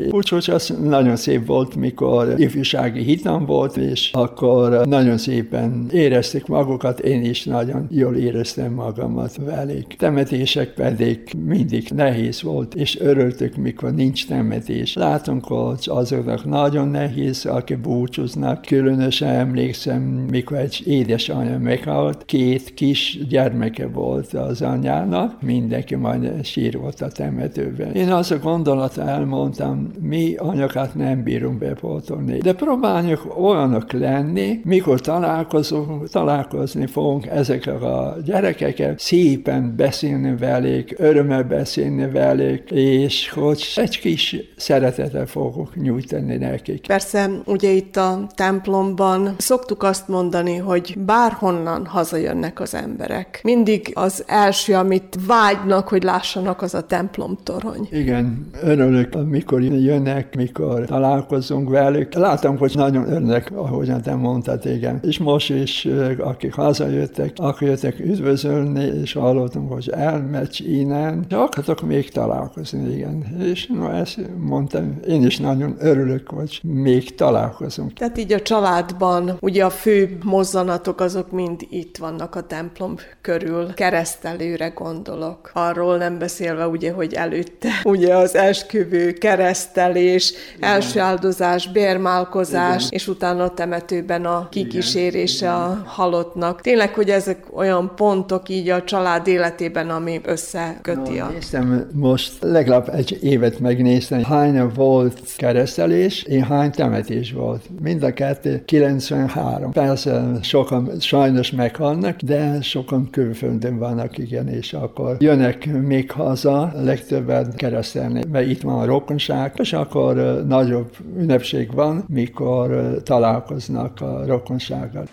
Úgyhogy az nagyon szép volt, mikor ifjúsági hitam volt, és akkor nagyon szépen érezték magukat, én is nagyon jól éreztem magamat velük. Temetések pedig mindig nehéz volt, és örültük, mikor nincs temetés. Látunk, hogy azoknak nagyon nehéz, akik búcsúznak. Különösen emlékszem, mikor egy édesanyja meghalt, két kis gyermeke volt az anyának, mindenki majd sírott a temetőben. Én azt a gondolat elmondtam, mi anyakát nem bírunk bepótolni, de próbáljuk olyanok lenni, mikor találkozunk, találkozni fogunk ezekkel a gyerekekkel, szépen beszélni velük, örömmel beszélni velük, és hogy egy kis szeretetet fogok nyújtani nekik. Persze, ugye itt a templomban szoktuk azt mondani, hogy bárhonnan hazajönnek az emberek. Mindig az első, amit vágynak, hogy lássanak, az a templomtorony. Igen, örülök, amikor jönnek, mikor találkozunk velük. Látom, hogy nagyon örülnek, ahogyan te mondtad, igen. És most is, akik hazajöttek, akik jöttek üdvözölni, és hallottam, hogy elmegy innen, és akartok még találkozni, igen. És no, ezt mondtam, én is nagyon örülök, hogy még találkozunk. Tehát így a családban ugye a fő mozzanatok azok mind itt vannak a templom körül. Keresztelőre gondolok. Arról nem beszélve ugye, hogy előtte ugye az esküvő, keresztelés, igen. Első áldozás, bérmálkozás, igen. És utána a temetőben a kikísérése a halottnak. Tényleg, hogy ezek olyan pontok így a család életében, ami összeköti no, a... Néztem most legalább egy évet megnéztem, hány volt keresztelés, és hány temetés volt. Mind a kettő kilencvenhárom. Persze sokan sajnos meghalnak, de sokan külföldön vannak, igen, és akkor jönnek még haza, legtöbben keresztelni, mert itt van a rokonság, és akkor nagyobb ünnepség van, mikor találkoznak a rokonsággal.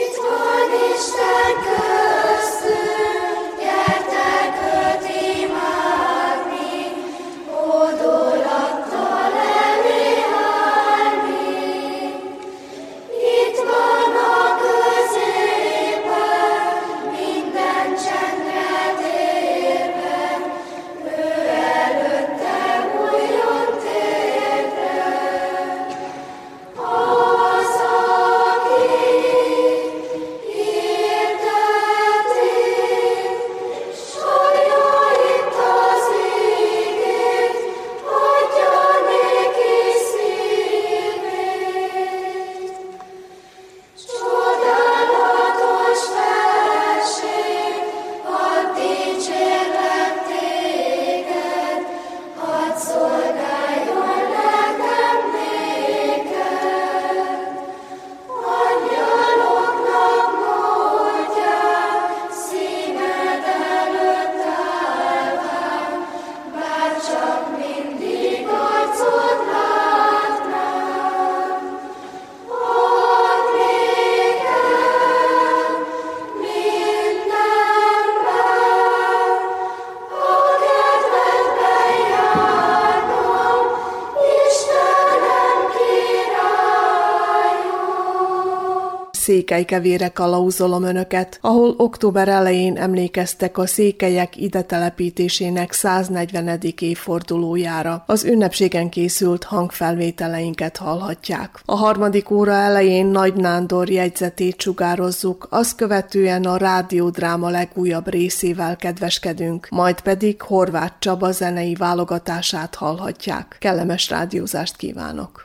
Székelykevére kalauzolom önöket, ahol október elején emlékeztek a székelyek ide telepítésének száznegyvenedik évfordulójára. Az ünnepségen készült hangfelvételeinket hallhatják. A harmadik óra elején Nagy Nándor jegyzetét sugározzuk, azt követően a rádiódráma legújabb részével kedveskedünk, majd pedig Horváth Csaba zenei válogatását hallhatják. Kellemes rádiózást kívánok!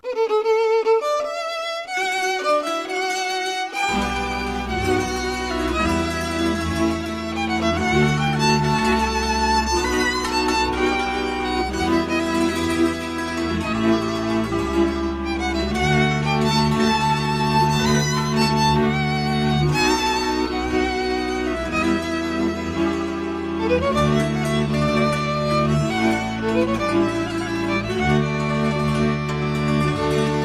Thank you.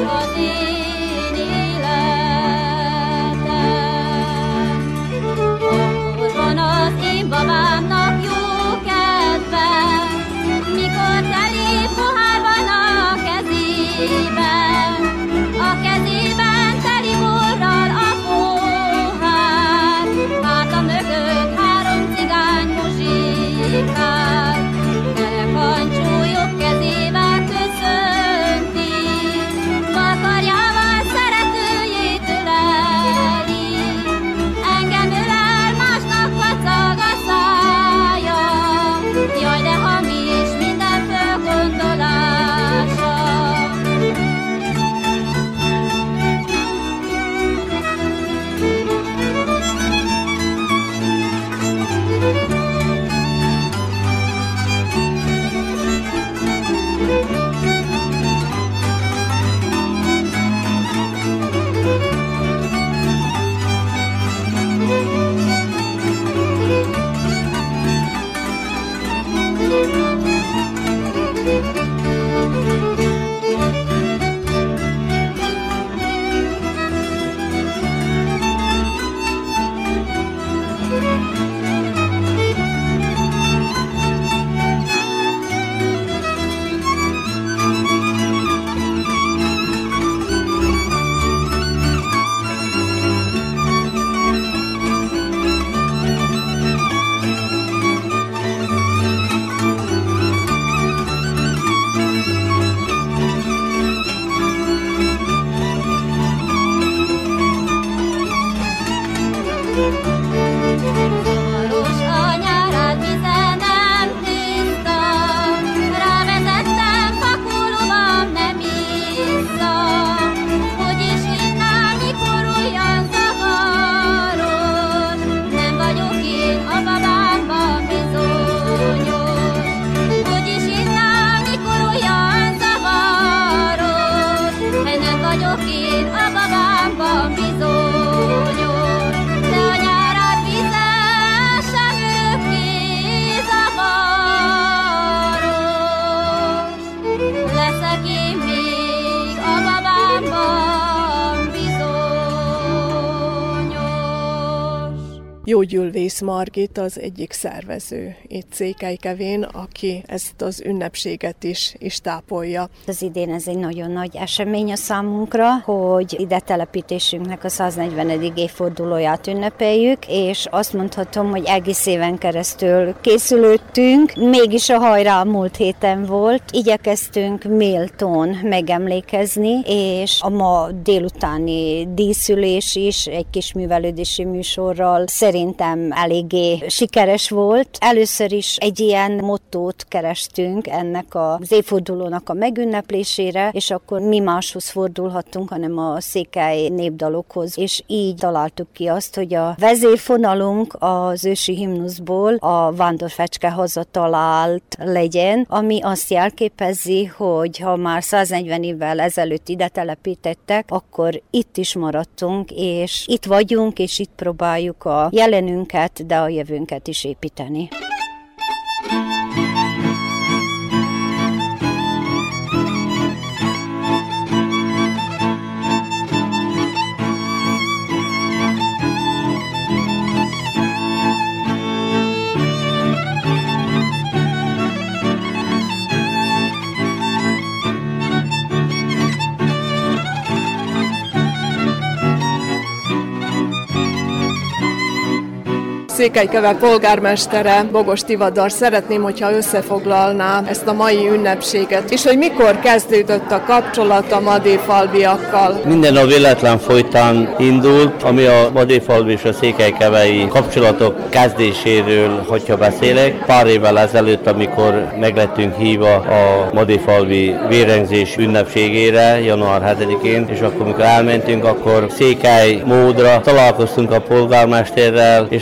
az én életem. Akkor van az én babámnak jó kedve, mikor teli pohár van a kezében, a kezében teli borral a pohár, háta mögött három cigány muzsikál, elekancsó jobb kezével köszönti, bal karjával szeretőjét öleli, engem ölel, másnak kacag a szája, jaj de hamis minden fölgondolása. Szoros a nyárát vize nem tiszta, rávezettem fakulóban nem vissza, hogy is innál mikor olyan zavaros, nem vagyok én a babámban bizonyos, hogy is innál mikor olyan zavaros, nem vagyok én a babámban bizonyos. De a nyárad vize sem örökké zavaros, leszek én még a babámban bizonyos. Jógyülvész Margit az egyik szervező itt Székelykevén, aki ezt az ünnepséget is, is tápolja. Az idén ez egy nagyon nagy esemény a számunkra, hogy ide telepítésünknek a száznegyvenedik évfordulóját ünnepeljük, és azt mondhatom, hogy egész éven keresztül készülődtünk, mégis a hajrá múlt héten volt. Igyekeztünk méltón megemlékezni, és a ma délutáni díszülés is egy kis művelődési műsorral szerintem eléggé sikeres volt. Először is egy ilyen mottót kerestünk ennek az évfordulónak a megünneplésére, és akkor mi máshoz fordulhattunk, hanem a székely népdalokhoz, és így találtuk ki azt, hogy a vezérfonalunk az ősi himnuszból a Vándorfecske hazatalált legyen, ami azt jelképezi, hogy ha már száznegyven évvel ezelőtt ide telepítettek, akkor itt is maradtunk, és itt vagyunk, és itt próbáljuk a jelenünket, de a jövőnket is építeni. Székelykeve polgármestere, Bogos Tivadar, szeretném, hogyha összefoglalná ezt a mai ünnepséget, és hogy mikor kezdődött a kapcsolat a madéfalviakkal. Minden a véletlen folytán indult, ami a madéfalvi és a székelykevei kapcsolatok kezdéséről, hogyha beszélek. Pár évvel ezelőtt, amikor meglettünk hívva a madéfalvi vérengzés ünnepségére, január hetedikén, és akkor, amikor elmentünk, akkor székely módra találkoztunk a polgármesterrel, és rögtön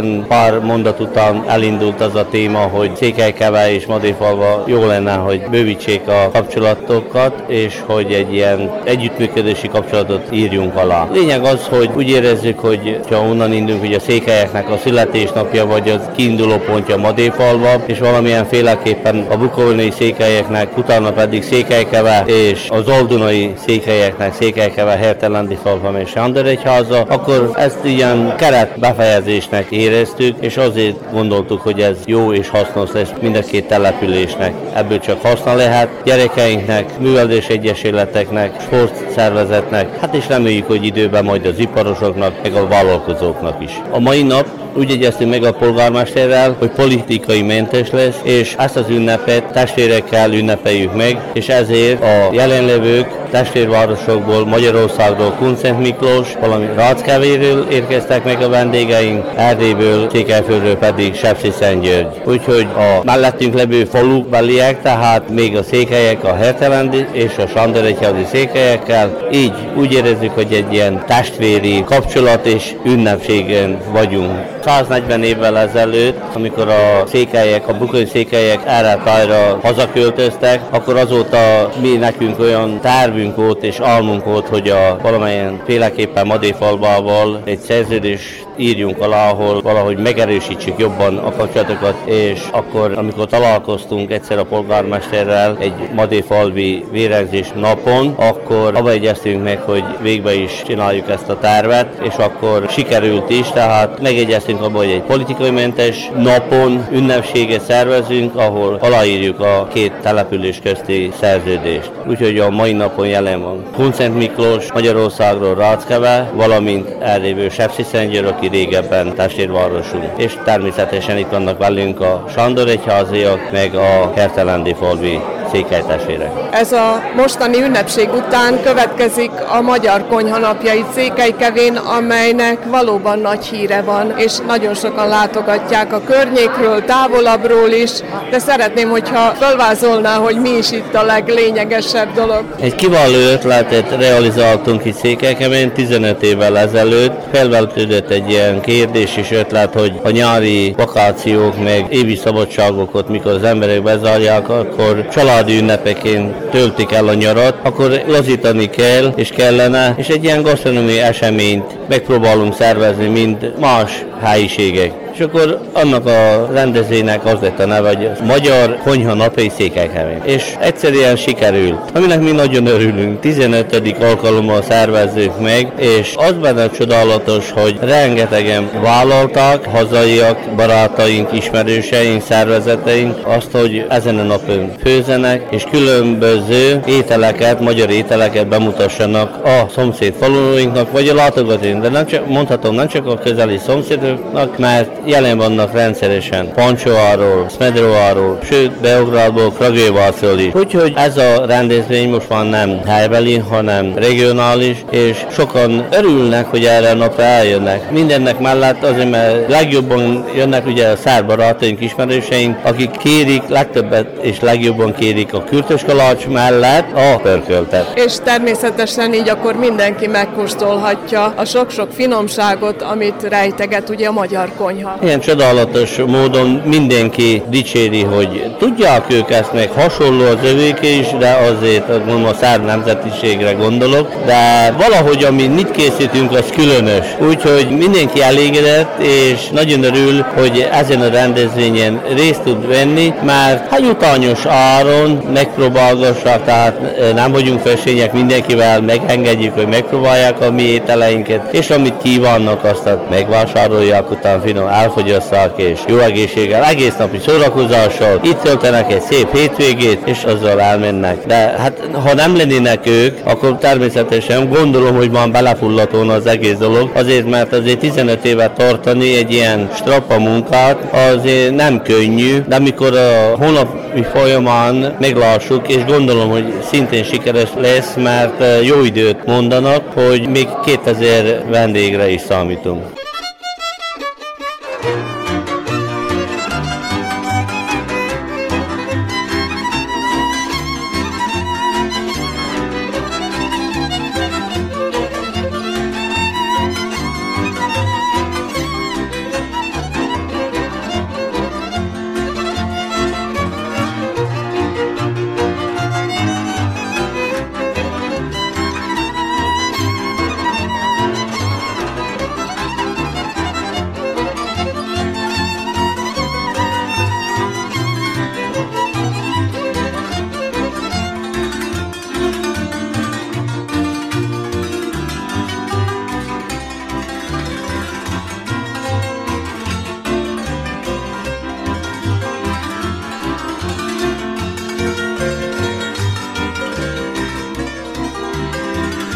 rögtön pár mondat után elindult az a téma, hogy Székelykever és Madéfalva jó lenne, hogy bővítsék a kapcsolatokat, és hogy egy ilyen együttműködési kapcsolatot írjunk alá. Lényeg az, hogy úgy érezzük, hogy ha onnan indulunk, hogy a székelyeknek a születésnapja vagy az kiinduló pontja Madéfalva, és valamilyen féleképpen a bukovinai székelyeknek, utána pedig Székelykever, és az oldunai székelyeknek Székelykever, Hertelendy falva és Sándoregyháza, akkor ezt ilyen keret befejezésnek éreztük, és azért gondoltuk, hogy ez jó és hasznos lesz mind a két településnek. Ebből csak haszna lehet gyerekeinknek, művelődés egyesületeknek, sportszervezetnek, hát és reméljük, hogy időben majd az iparosoknak, meg a vállalkozóknak is. A mai nap úgy egyeztünk meg a polgármesterrel, hogy politikai mentes lesz, és ezt az ünnepet testvérekkel ünnepeljük meg, és ezért a jelenlevők testvérvárosokból, Magyarországról Kunszent Miklós, valamint Ráckevéről érkeztek meg a vendégeink, Erdélyből, Székelyföldről pedig Sepsiszentgyörgy. Úgyhogy a mellettünk levő falukbeliek, tehát még a székelyek, a Hertelendy és a Sándoregyházi székelyekkel, így úgy érezzük, hogy egy ilyen testvéri kapcsolat és ünnepségen vagyunk. száznegyven évvel ezelőtt, amikor a székelyek, a bukai székelyek erre tájra hazaköltöztek, akkor azóta mi nekünk olyan tervünk volt és álmunk volt, hogy a valamilyen féleképpen Madéfalvával egy szerződést írjunk alá, ahol valahogy megerősítsük jobban a kapcsolatokat, és akkor, amikor találkoztunk egyszer a polgármesterrel egy madéfalvi vérengzés napon, akkor abba egyeztünk meg, hogy végbe is csináljuk ezt a tervet, és akkor sikerült is, tehát megegyeztünk abba, hogy egy politikai mentes napon ünnepséget szervezünk, ahol aláírjuk a két település közti szerződést. Úgyhogy a mai napon jelen van Kunszent Miklós, Magyarországról Ráckever, valamint Erdélyből Sepsiszentgyörgy, aki régebben testvérvárosunk. És természetesen itt vannak velünk a Sándoregyháziak, meg a Hertelendy falvi székelytestvérek. Ez a mostani ünnepség után következik a Magyar Konyha napja itt Székelykevén, amelynek valóban nagy híre van, és nagyon sokan látogatják a környékről, távolabbról is, de szeretném, hogyha felvázolná, hogy mi is itt a leglényegesebb dolog. Egy kiváló ötletet realizáltunk itt Székelykevén tizenöt évvel ezelőtt. Felvetődött egy ilyen kérdés és ötlet, hogy a nyári vakációk meg évi szabadságokat, mikor az emberek bezárják, akkor családi ünnepeként töltik el a nyarat, akkor lazítani kell és kellene, és egy ilyen gasztronómiai eseményt megpróbálunk szervezni, mint más helyiségek. És akkor annak a rendezvénynek az lett a neve, hogy Magyar Konyha napja Székelykevén. És egyszerűen sikerült, aminek mi nagyon örülünk. tizenötödik alkalommal szervezzük meg, és az benne csodálatos, hogy rengetegen vállalták, hazaiak, barátaink, ismerőseink, szervezeteink azt, hogy ezen a napon főzenek, és különböző ételeket, magyar ételeket bemutassanak a szomszéd falunainknak, vagy a látogatóinknak, de nem csak, mondhatom, nem csak a közeli szomszédoknak, mert jelen vannak rendszeresen Pancsóáról, Smedrováról, sőt Beográdból, Kragujevácról is. Úgyhogy ez a rendezvény most már nem helybeli, hanem regionális, és sokan örülnek, hogy erre a napra eljönnek. Mindennek mellett azért, mert legjobban jönnek ugye a szerb barátaink, ismerőseink, akik kérik, legtöbbet és legjobban kérik a kürtös kalács mellett a pörköltet. És természetesen így akkor mindenki megkóstolhatja a sok-sok finomságot, amit rejteget ugye a magyar konyha. Ilyen csodálatos módon mindenki dicséri, hogy tudják ők ezt, meg hasonló az övéké is, de azért mondom, a szerb nemzetiségre gondolok, de valahogy, amit mit készítünk, az különös. Úgyhogy mindenki elégedett, és nagyon örül, hogy ezen a rendezvényen részt tud venni, mert hagyutányos áron megpróbálgassák, tehát nem vagyunk felsények mindenkivel, megengedjük, hogy megpróbálják a mi ételeinket, és amit kívánnak, azt megvásárolják, utána finom elfogyasszák, és jó egészséggel, egész napi szórakozással, itt töltenek egy szép hétvégét, és azzal elmennek. De hát, ha nem lennének ők, akkor természetesen gondolom, hogy már belefulladt volna az egész dolog, azért, mert azért tizenöt évet tartani egy ilyen strappa munkát, azért nem könnyű, de amikor a hónapi folyamán meglássuk, és gondolom, hogy szintén sikeres lesz, mert jó időt mondanak, hogy még kétezer vendégre is számítunk.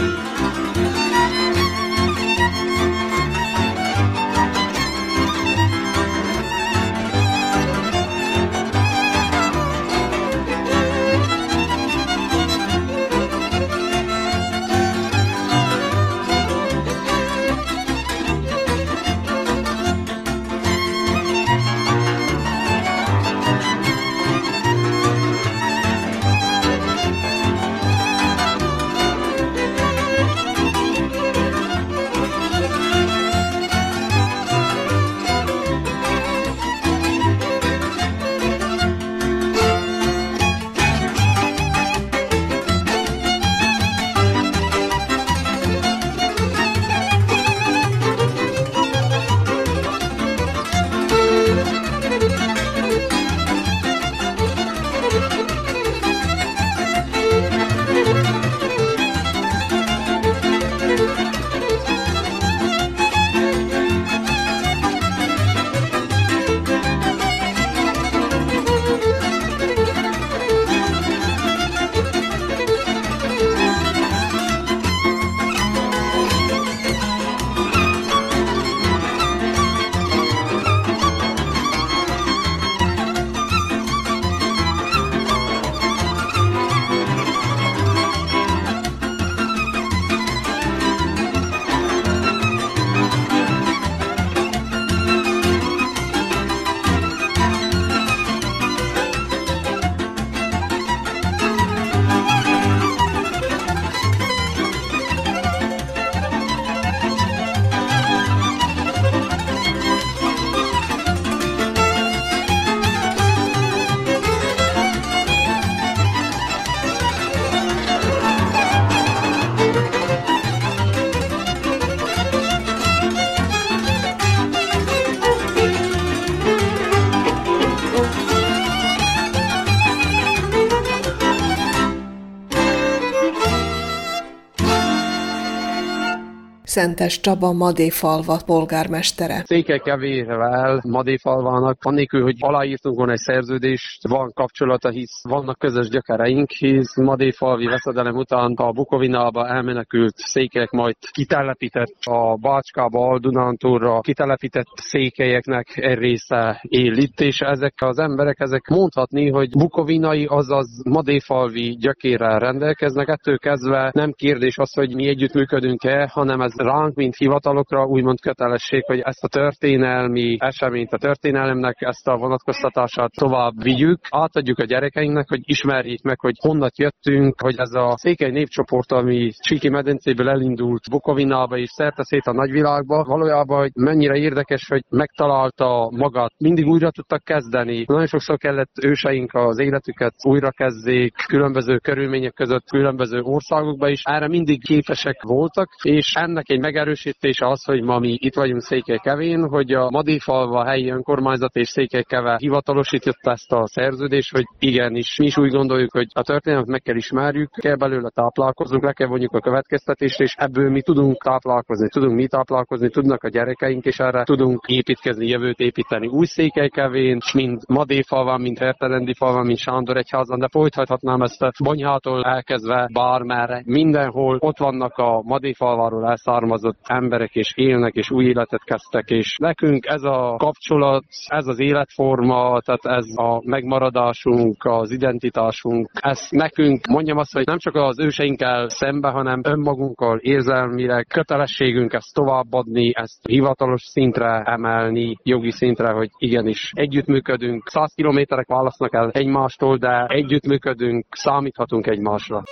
Szentes Csaba Madéfalva polgármestere. Székelykevével Madéfalvának, annélkül, hogy aláírtunk volna egy szerződést, van kapcsolata, hisz vannak közös gyökereink, hisz Madéfalvi veszedelem után a Bukovinába elmenekült székelyek majd kitelepített a Bácskába, Aldunántúlra kitelepített székelyeknek egy része él itt, és ezek az emberek, ezek mondhatni, hogy bukovinai, azaz Madéfalvi gyökérrel rendelkeznek, ettől kezdve nem kérdés az, hogy mi együttműködünk-e, hanem ez ránk, mint hivatalokra úgymond kötelesség, hogy ezt a történelmi eseményt, a történelemnek ezt a vonatkoztatását tovább vigyük, átadjuk a gyerekeinknek, hogy ismerjék meg, hogy honnat jöttünk, hogy ez a székely népcsoport, ami Csíki medencéből elindult Bukovinába és szerte-szét a nagyvilágba, valójában, hogy mennyire érdekes, hogy megtalálta magát, mindig újra tudtak kezdeni. Nagyon sokszor kellett őseink az életüket újra kezdék, különböző körülmények között, különböző országokban is, erre mindig képesek voltak, és ennek egy megerősítése az, hogy ma mi itt vagyunk Székelykevén, hogy a Madéfalva helyi önkormányzat és Székelykeve hivatalosította ezt a szerződést, hogy igenis, mi is úgy gondoljuk, hogy a történelmet meg kell ismerjük, kell belőle táplálkoznunk, le kell vonjuk a következtetést, és ebből mi tudunk táplálkozni, tudunk mi táplálkozni, tudnak a gyerekeink, és erre tudunk építkezni, jövőt építeni. Új Székelykevén, mint Madéfalván, mint Herterendi falván, mint Sándoregyházan, de folytathatnám ezt a Bonyhától elkezdve bármerre. Mindenhol ott vannak a Madéfalváról elszármazott emberek, és élnek, és új életet kezdtek, és nekünk ez a kapcsolat, ez az életforma, tehát ez a megmaradásunk, az identitásunk, ez nekünk, mondjam azt, hogy nem csak az őseinkkel szembe, hanem önmagunkkal érzelmileg kötelességünk ezt továbbadni, ezt hivatalos szintre emelni, jogi szintre, hogy igenis együttműködünk. Száz kilométerek válasznak el egymástól, de együttműködünk, számíthatunk egymásra.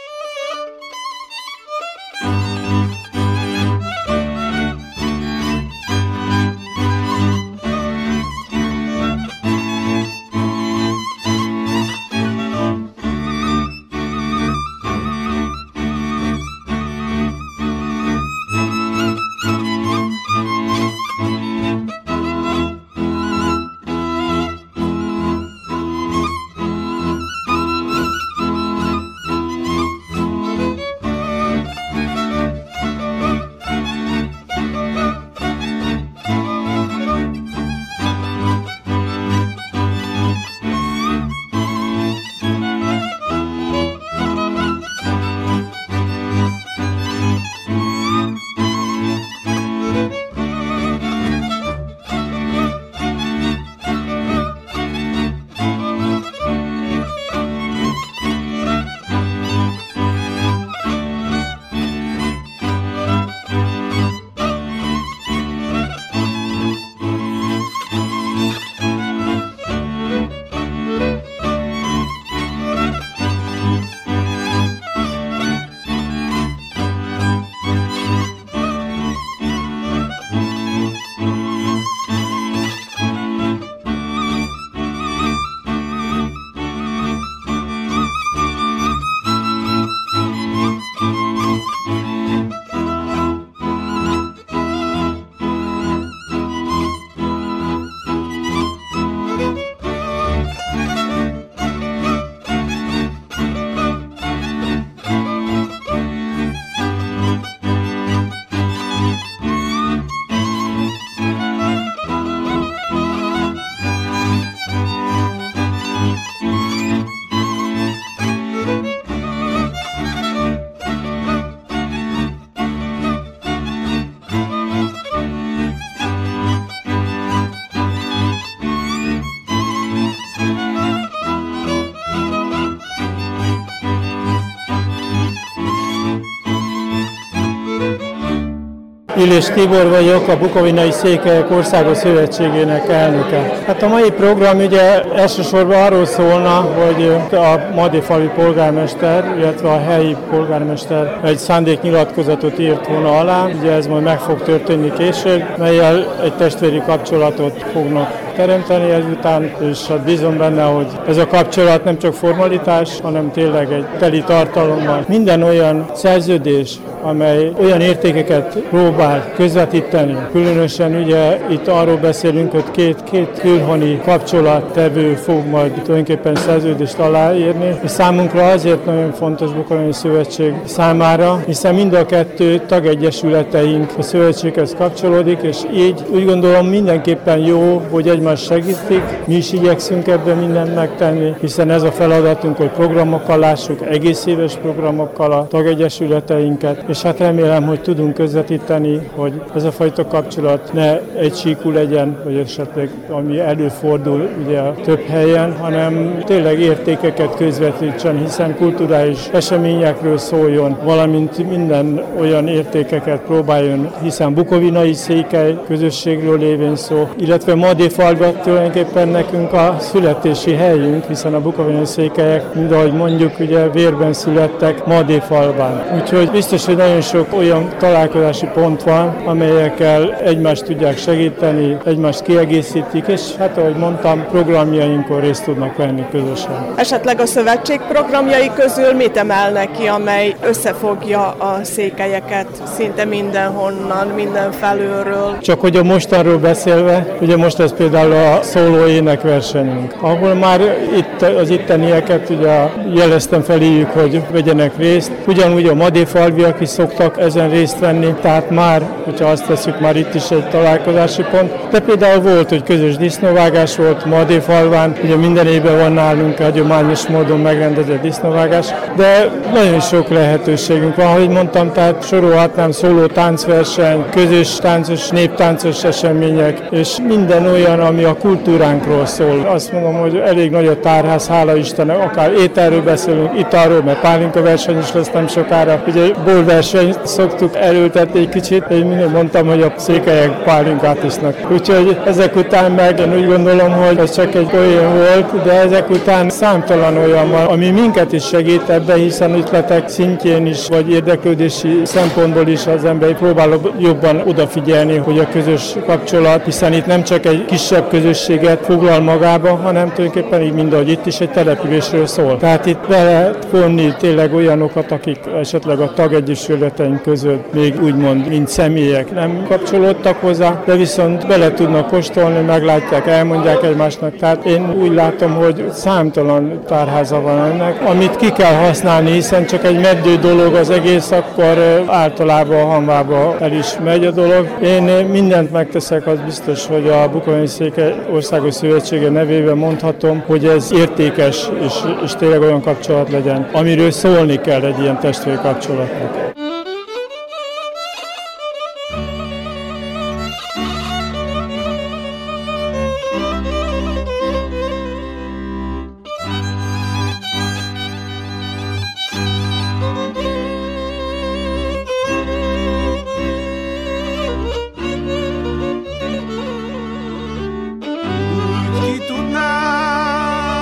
Illés Tibor vagyok, a Bukovinai Székelyek Országos Szövetségének elnöke. Hát a mai program ugye elsősorban arról szólna, hogy a madéfalvi polgármester, illetve a helyi polgármester egy szándéknyilatkozatot írt volna alá, ugye ez majd meg fog történni később, mellyel egy testvéri kapcsolatot fognak teremteni ezután, és hát bízom benne, hogy ez a kapcsolat nem csak formalitás, hanem tényleg egy teli tartalommal. Minden olyan szerződés, amely olyan értékeket próbál közvetíteni. Különösen ugye itt arról beszélünk, hogy két, két külhoni kapcsolattevő fog majd tulajdonképpen szerződést aláírni. És számunkra azért nagyon fontos Bukovinai Szövetség számára, hiszen mind a kettő tagegyesületeink a szövetséghez kapcsolódik, és így úgy gondolom mindenképpen jó, hogy egymást segítik. Mi is igyekszünk ebben mindent megtenni, hiszen ez a feladatunk, hogy programokkal lássuk, egész éves programokkal a tagegyesületeinket, és hát remélem, hogy tudunk közvetíteni, hogy ez a fajta kapcsolat ne egysíkú legyen, vagy esetleg ami előfordul ugye a több helyen, hanem tényleg értékeket közvetítsen, hiszen kulturális eseményekről szóljon, valamint minden olyan értékeket próbáljon, hiszen bukovinai székely közösségről lévén szó, illetve Madéfalva tulajdonképpen nekünk a születési helyünk, hiszen a bukovinai székelyek, mind ahogy mondjuk, ugye vérben születtek Madéfalván. Úgyhogy biztos, hogy nagyon sok olyan találkozási pont van, amelyekkel egymást tudják segíteni, egymást kiegészítik, és hát ahogy mondtam, programjainkon részt tudnak venni közösen. Esetleg a szövetség programjai közül mit emelnek ki, amely összefogja a székelyeket szinte mindenhonnan, minden felülről? Csak hogy a mostanról beszélve, ugye most ez például a szóló énekversenyünk, ahol már itt az ittenieket ugye jeleztem feléjük, hogy vegyenek részt. Ugyanúgy a madéfalviak is szoktak ezen részt venni, tehát már, hogyha azt tesszük, már itt is egy találkozási pont. De például volt, hogy közös disznóvágás volt Madéfalván, ugye minden évben van nálunk hagyományos módon megrendezett disznóvágás, de nagyon sok lehetőségünk van, ahogy mondtam, tehát sorolhatnám szóló táncverseny, közös táncos, néptáncos események, és minden olyan, ami a kultúránkról szól. Azt mondom, hogy elég nagy a tárház, hála Istennek, akár ételről beszélünk, italról, mert pálinka verseny is lesz nem sokára. Ugye borversenyt szoktuk erőltetni egy kicsit, én mindig mondtam, hogy a székelyek pálinkát isznak. Úgyhogy ezek után meg én úgy gondolom, hogy ez csak egy olyan volt, de ezek után számtalan olyan van, ami minket is segít ebbe, hiszen ötletek szintjén is, vagy érdeklődési szempontból is az ember próbál jobban odafigyelni, hogy a közös kapcsolat, hiszen itt nem csak egy kisebb közösséget foglal magába, hanem tulajdonképpen így mind, ahogy itt is egy településről szól. Tehát itt be lehet vonni tényleg olyanokat, akik esetleg a tagegyesületeink között még úgymond, mint személyek nem kapcsolódtak hozzá, de viszont bele tudnak kóstolni, meglátják, elmondják egymásnak. Tehát én úgy látom, hogy számtalan tárháza van ennek, amit ki kell használni, hiszen csak egy meddő dolog az egész, akkor általában a hanvába el is megy a dolog. Én mindent megteszek, az biztos, hogy a Bukovinai Székely Országos Szövetsége nevében mondhatom, hogy ez értékes és, és tényleg olyan kapcsolat legyen, amiről szólni kell egy ilyen testvérkapcsolatnak.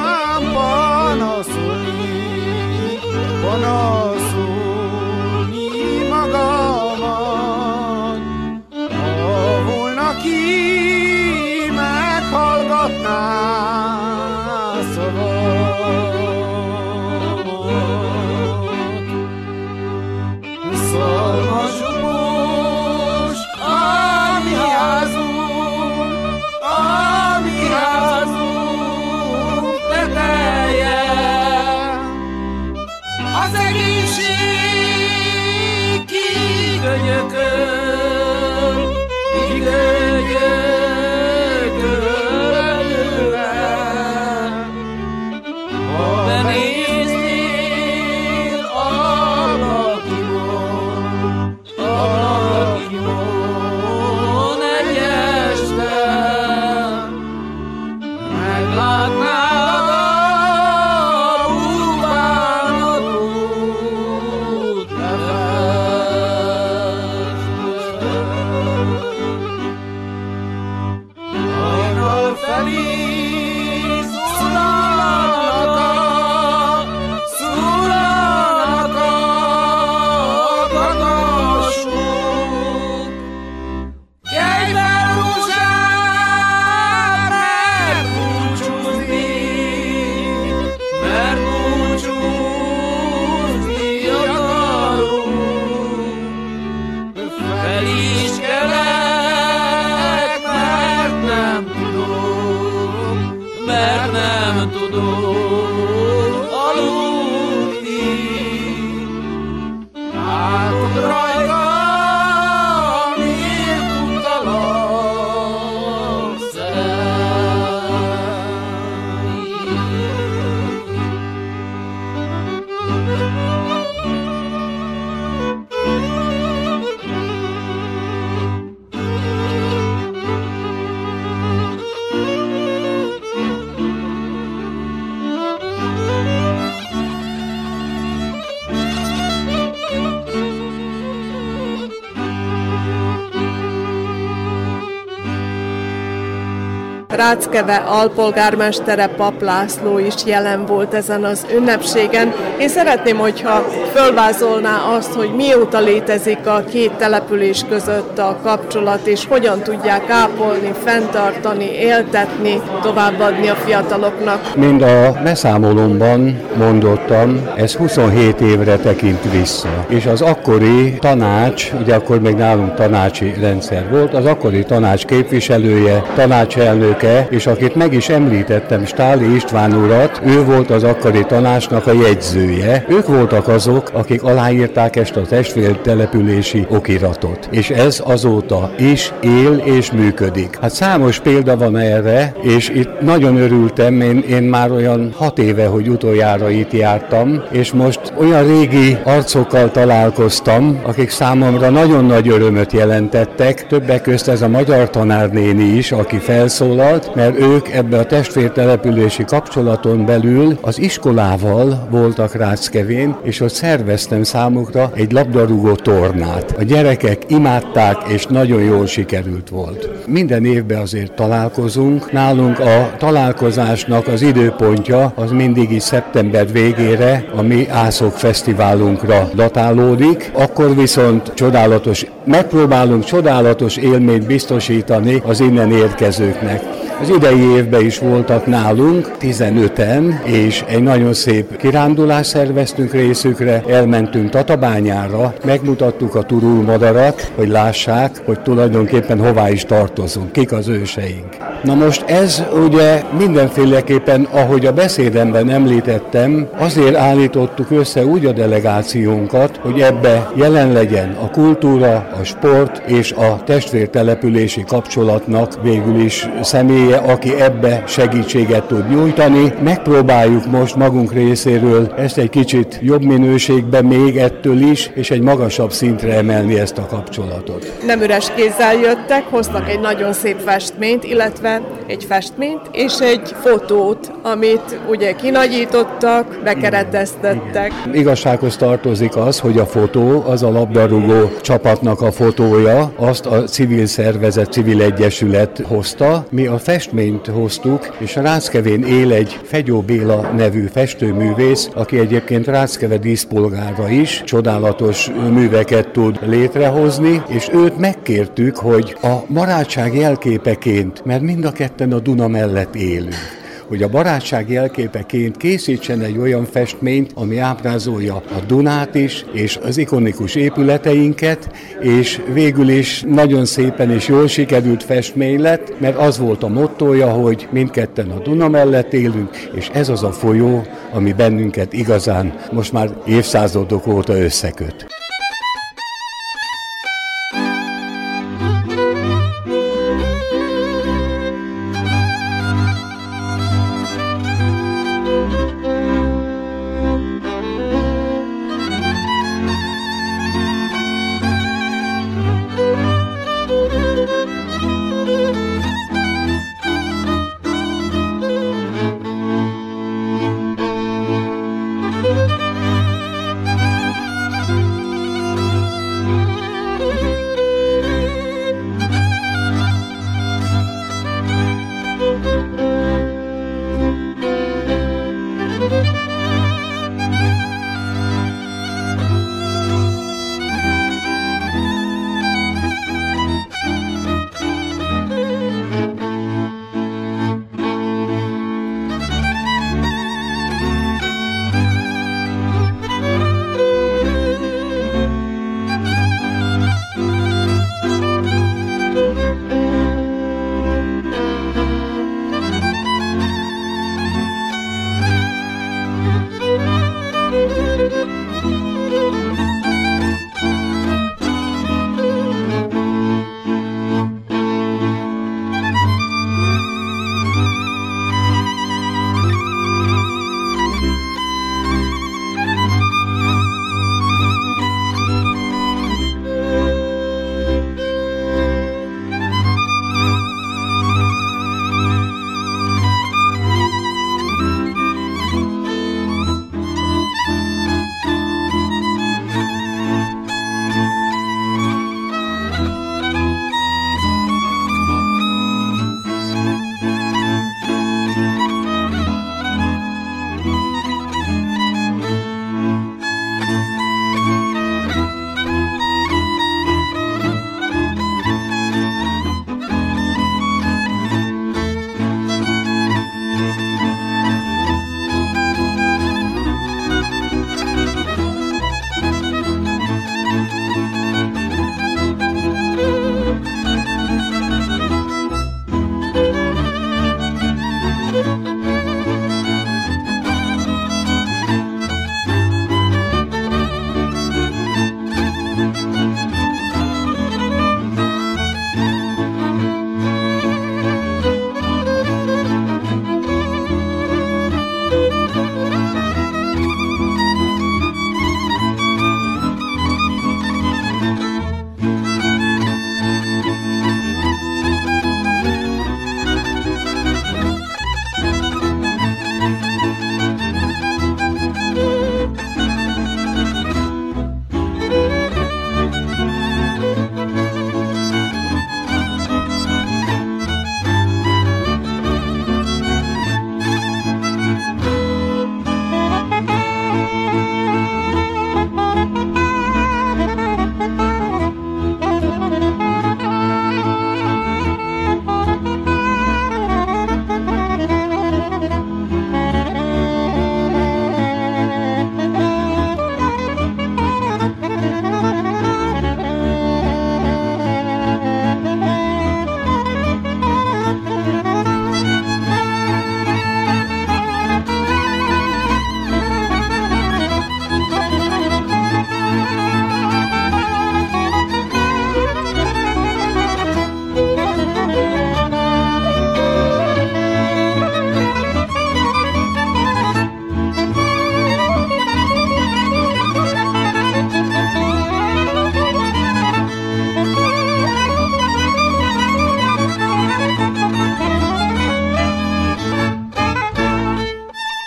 Panaszolni el is kelek, mert nem tudom, mert nem tudom aludni. Látod rajta, miért utalak szerelni. Ráckeve alpolgármestere Pap László is jelen volt ezen az ünnepségen. Én szeretném, hogyha fölvázolná azt, hogy mióta létezik a két település között a kapcsolat, és hogyan tudják ápolni, fenntartani, éltetni, továbbadni a fiataloknak. Mind a beszámolomban mondottam, ez huszonhét évre tekint vissza. És az akkori tanács, ugye akkor még nálunk tanácsi rendszer volt, az akkori tanács képviselője, tanácselnöke, és akit meg is említettem, Stáli István urat, ő volt az akkori tanácsnak a jegyzője. Ők voltak azok, akik aláírták ezt a testvértelepülési okiratot. És ez azóta is él és működik. Hát számos példa van erre, és itt nagyon örültem, én, én már olyan hat éve, hogy utoljára itt jártam, és most olyan régi arcokkal találkoztam, akik számomra nagyon nagy örömöt jelentettek, többek közt ez a magyar tanárnéni is, aki felszólalt, mert ők ebbe a testvértelepülési kapcsolaton belül az iskolával voltak Ráckevén, és ott szerveztem számukra egy labdarúgó tornát. A gyerekek imádták, és nagyon jól sikerült volt. Minden évben azért találkozunk. Nálunk a találkozásnak az időpontja az mindig is szeptember végére, a mi Ászok fesztiválunkra datálódik. Akkor viszont csodálatos, megpróbálunk csodálatos élményt biztosítani az innen érkezőknek. Az idei évben is voltak nálunk tizenöten, és egy nagyon szép kirándulást szerveztünk részükre, elmentünk Tatabányára, megmutattuk a turulmadarat, hogy lássák, hogy tulajdonképpen hová is tartozunk, kik az őseink. Na most ez ugye mindenféleképpen, ahogy a beszédemben említettem, azért állítottuk össze úgy a delegációnkat, hogy ebbe jelen legyen a kultúra, a sport és a testvértelepülési kapcsolatnak végül is személye, aki ebbe segítséget tud nyújtani. Megpróbáljuk most magunk részéről ezt egy kicsit jobb minőségben még ettől is, és egy magasabb szintre emelni ezt a kapcsolatot. Nem üres kézzel jöttek, hoztak egy nagyon szép festményt, illetve egy festményt és egy fotót, amit ugye kinagyítottak, bekereteztettek. Igazsághoz tartozik az, hogy a fotó, az a labdarúgó csapatnak a fotója, azt a civil szervezet, civil egyesület hozta. Mi a festményt hoztuk, és a Ráckevén él egy Fegyó Béla nevű festőművész, aki egyébként Ráckeve díszpolgára is, csodálatos műveket tud létrehozni, és őt megkértük, hogy a barátság jelképeként, mert mind a ketten a Duna mellett élünk, hogy a barátság jelképeként készítsen egy olyan festményt, ami ábrázolja a Dunát is, és az ikonikus épületeinket, és végül is nagyon szépen és jól sikerült festmény lett, mert az volt a mottója, hogy mindketten a Duna mellett élünk, és ez az a folyó, ami bennünket igazán most már évszázadok óta összeköt.